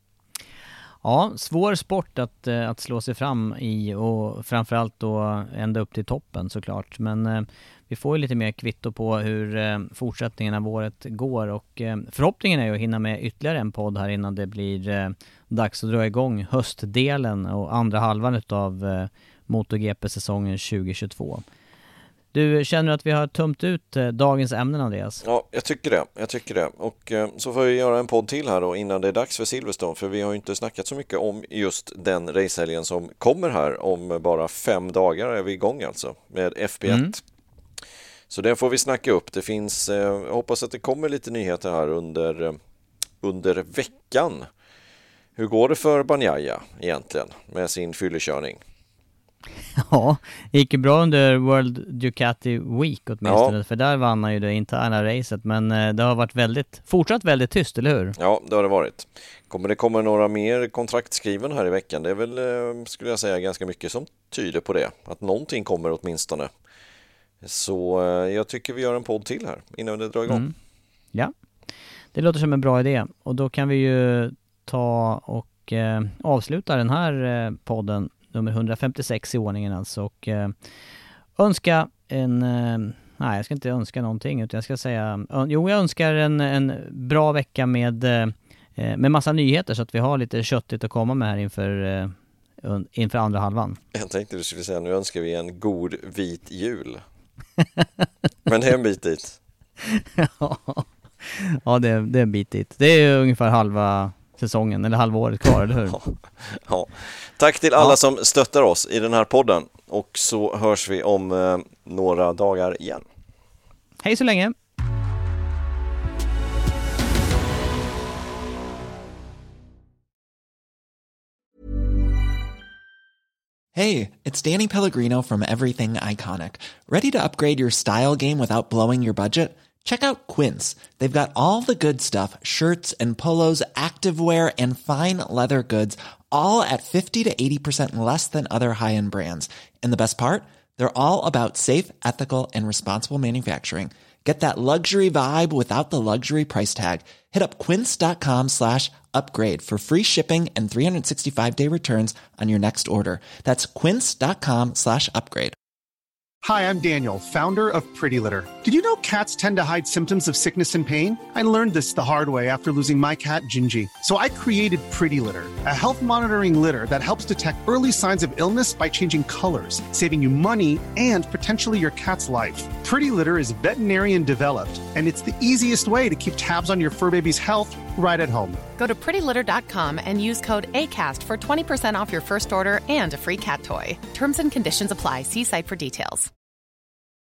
Ja, svår sport att, att slå sig fram i, och framförallt då ända upp till toppen såklart. Men eh, vi får ju lite mer kvitto på hur eh, fortsättningen av året går, och eh, förhoppningen är ju att hinna med ytterligare en podd här innan det blir eh, dags att dra igång höstdelen och andra halvan utav eh, MotoGP-säsongen tjugohundratjugotvå. Du, känner att vi har tömt ut eh, dagens ämnen, Andreas? Ja, jag tycker det. Jag tycker det. Och eh, så får vi göra en podd till här då innan det är dags för Silverstone. För vi har ju inte snackat så mycket om just den racehelgen som kommer här. Om bara fem dagar är vi igång alltså med F P ett. Mm. Så det får vi snacka upp. Det finns, eh, jag hoppas att det kommer lite nyheter här under, eh, under veckan. Hur går det för Bagnaia egentligen med sin fyllekörning? Ja, det gick ju bra under World Ducati Week åtminstone, ja. För där vann han ju det interna racet, men det har varit väldigt, fortsatt väldigt tyst, eller hur? Ja, det har det varit. Kommer det komma några mer kontraktskriven här i veckan? Det är väl, skulle jag säga, ganska mycket som tyder på det. Att någonting kommer åtminstone. Så jag tycker vi gör en podd till här innan det drar igång. Mm. Ja, det låter som en bra idé. Och då kan vi ju ta och eh, avsluta den här eh, podden nummer hundrafemtiosex i ordningen alltså, och eh, önska en eh, nej, jag ska inte önska någonting, utan jag ska säga ö, jo, jag önskar en, en bra vecka med eh, med massa nyheter, så att vi har lite köttigt att komma med här inför eh, inför andra halvan. Jag tänkte du skulle säga, nu önskar vi en god vit jul. Men det är en bit dit. Ja, ja det, det är en bit dit. Det är ungefär halva säsongen, eller halvåret kvar, eller hur? Ja, ja. Tack till alla ja. som stöttar oss i den här podden. Och så hörs vi om eh, några dagar igen. Hej så länge! Hey, it's Danny Pellegrino from Everything Iconic. Ready to upgrade your style game without blowing your budget? Check out Quince. They've got all the good stuff, shirts and polos, activewear, and fine leather goods, all at fifty to eighty percent less than other high-end brands. And the best part? They're all about safe, ethical, and responsible manufacturing. Get that luxury vibe without the luxury price tag. Hit up quince.com slash upgrade for free shipping and three sixty-five day returns on your next order. That's quince.com slash upgrade. Hi, I'm Daniel, founder of Pretty Litter. Did you know cats tend to hide symptoms of sickness and pain? I learned this the hard way after losing my cat, Gingy. So I created Pretty Litter, a health monitoring litter that helps detect early signs of illness by changing colors, saving you money and potentially your cat's life. Pretty Litter is veterinarian developed, and it's the easiest way to keep tabs on your fur baby's health right at home. Go to pretty litter dot com and use code ACAST for twenty percent off your first order and a free cat toy. Terms and conditions apply. See site for details.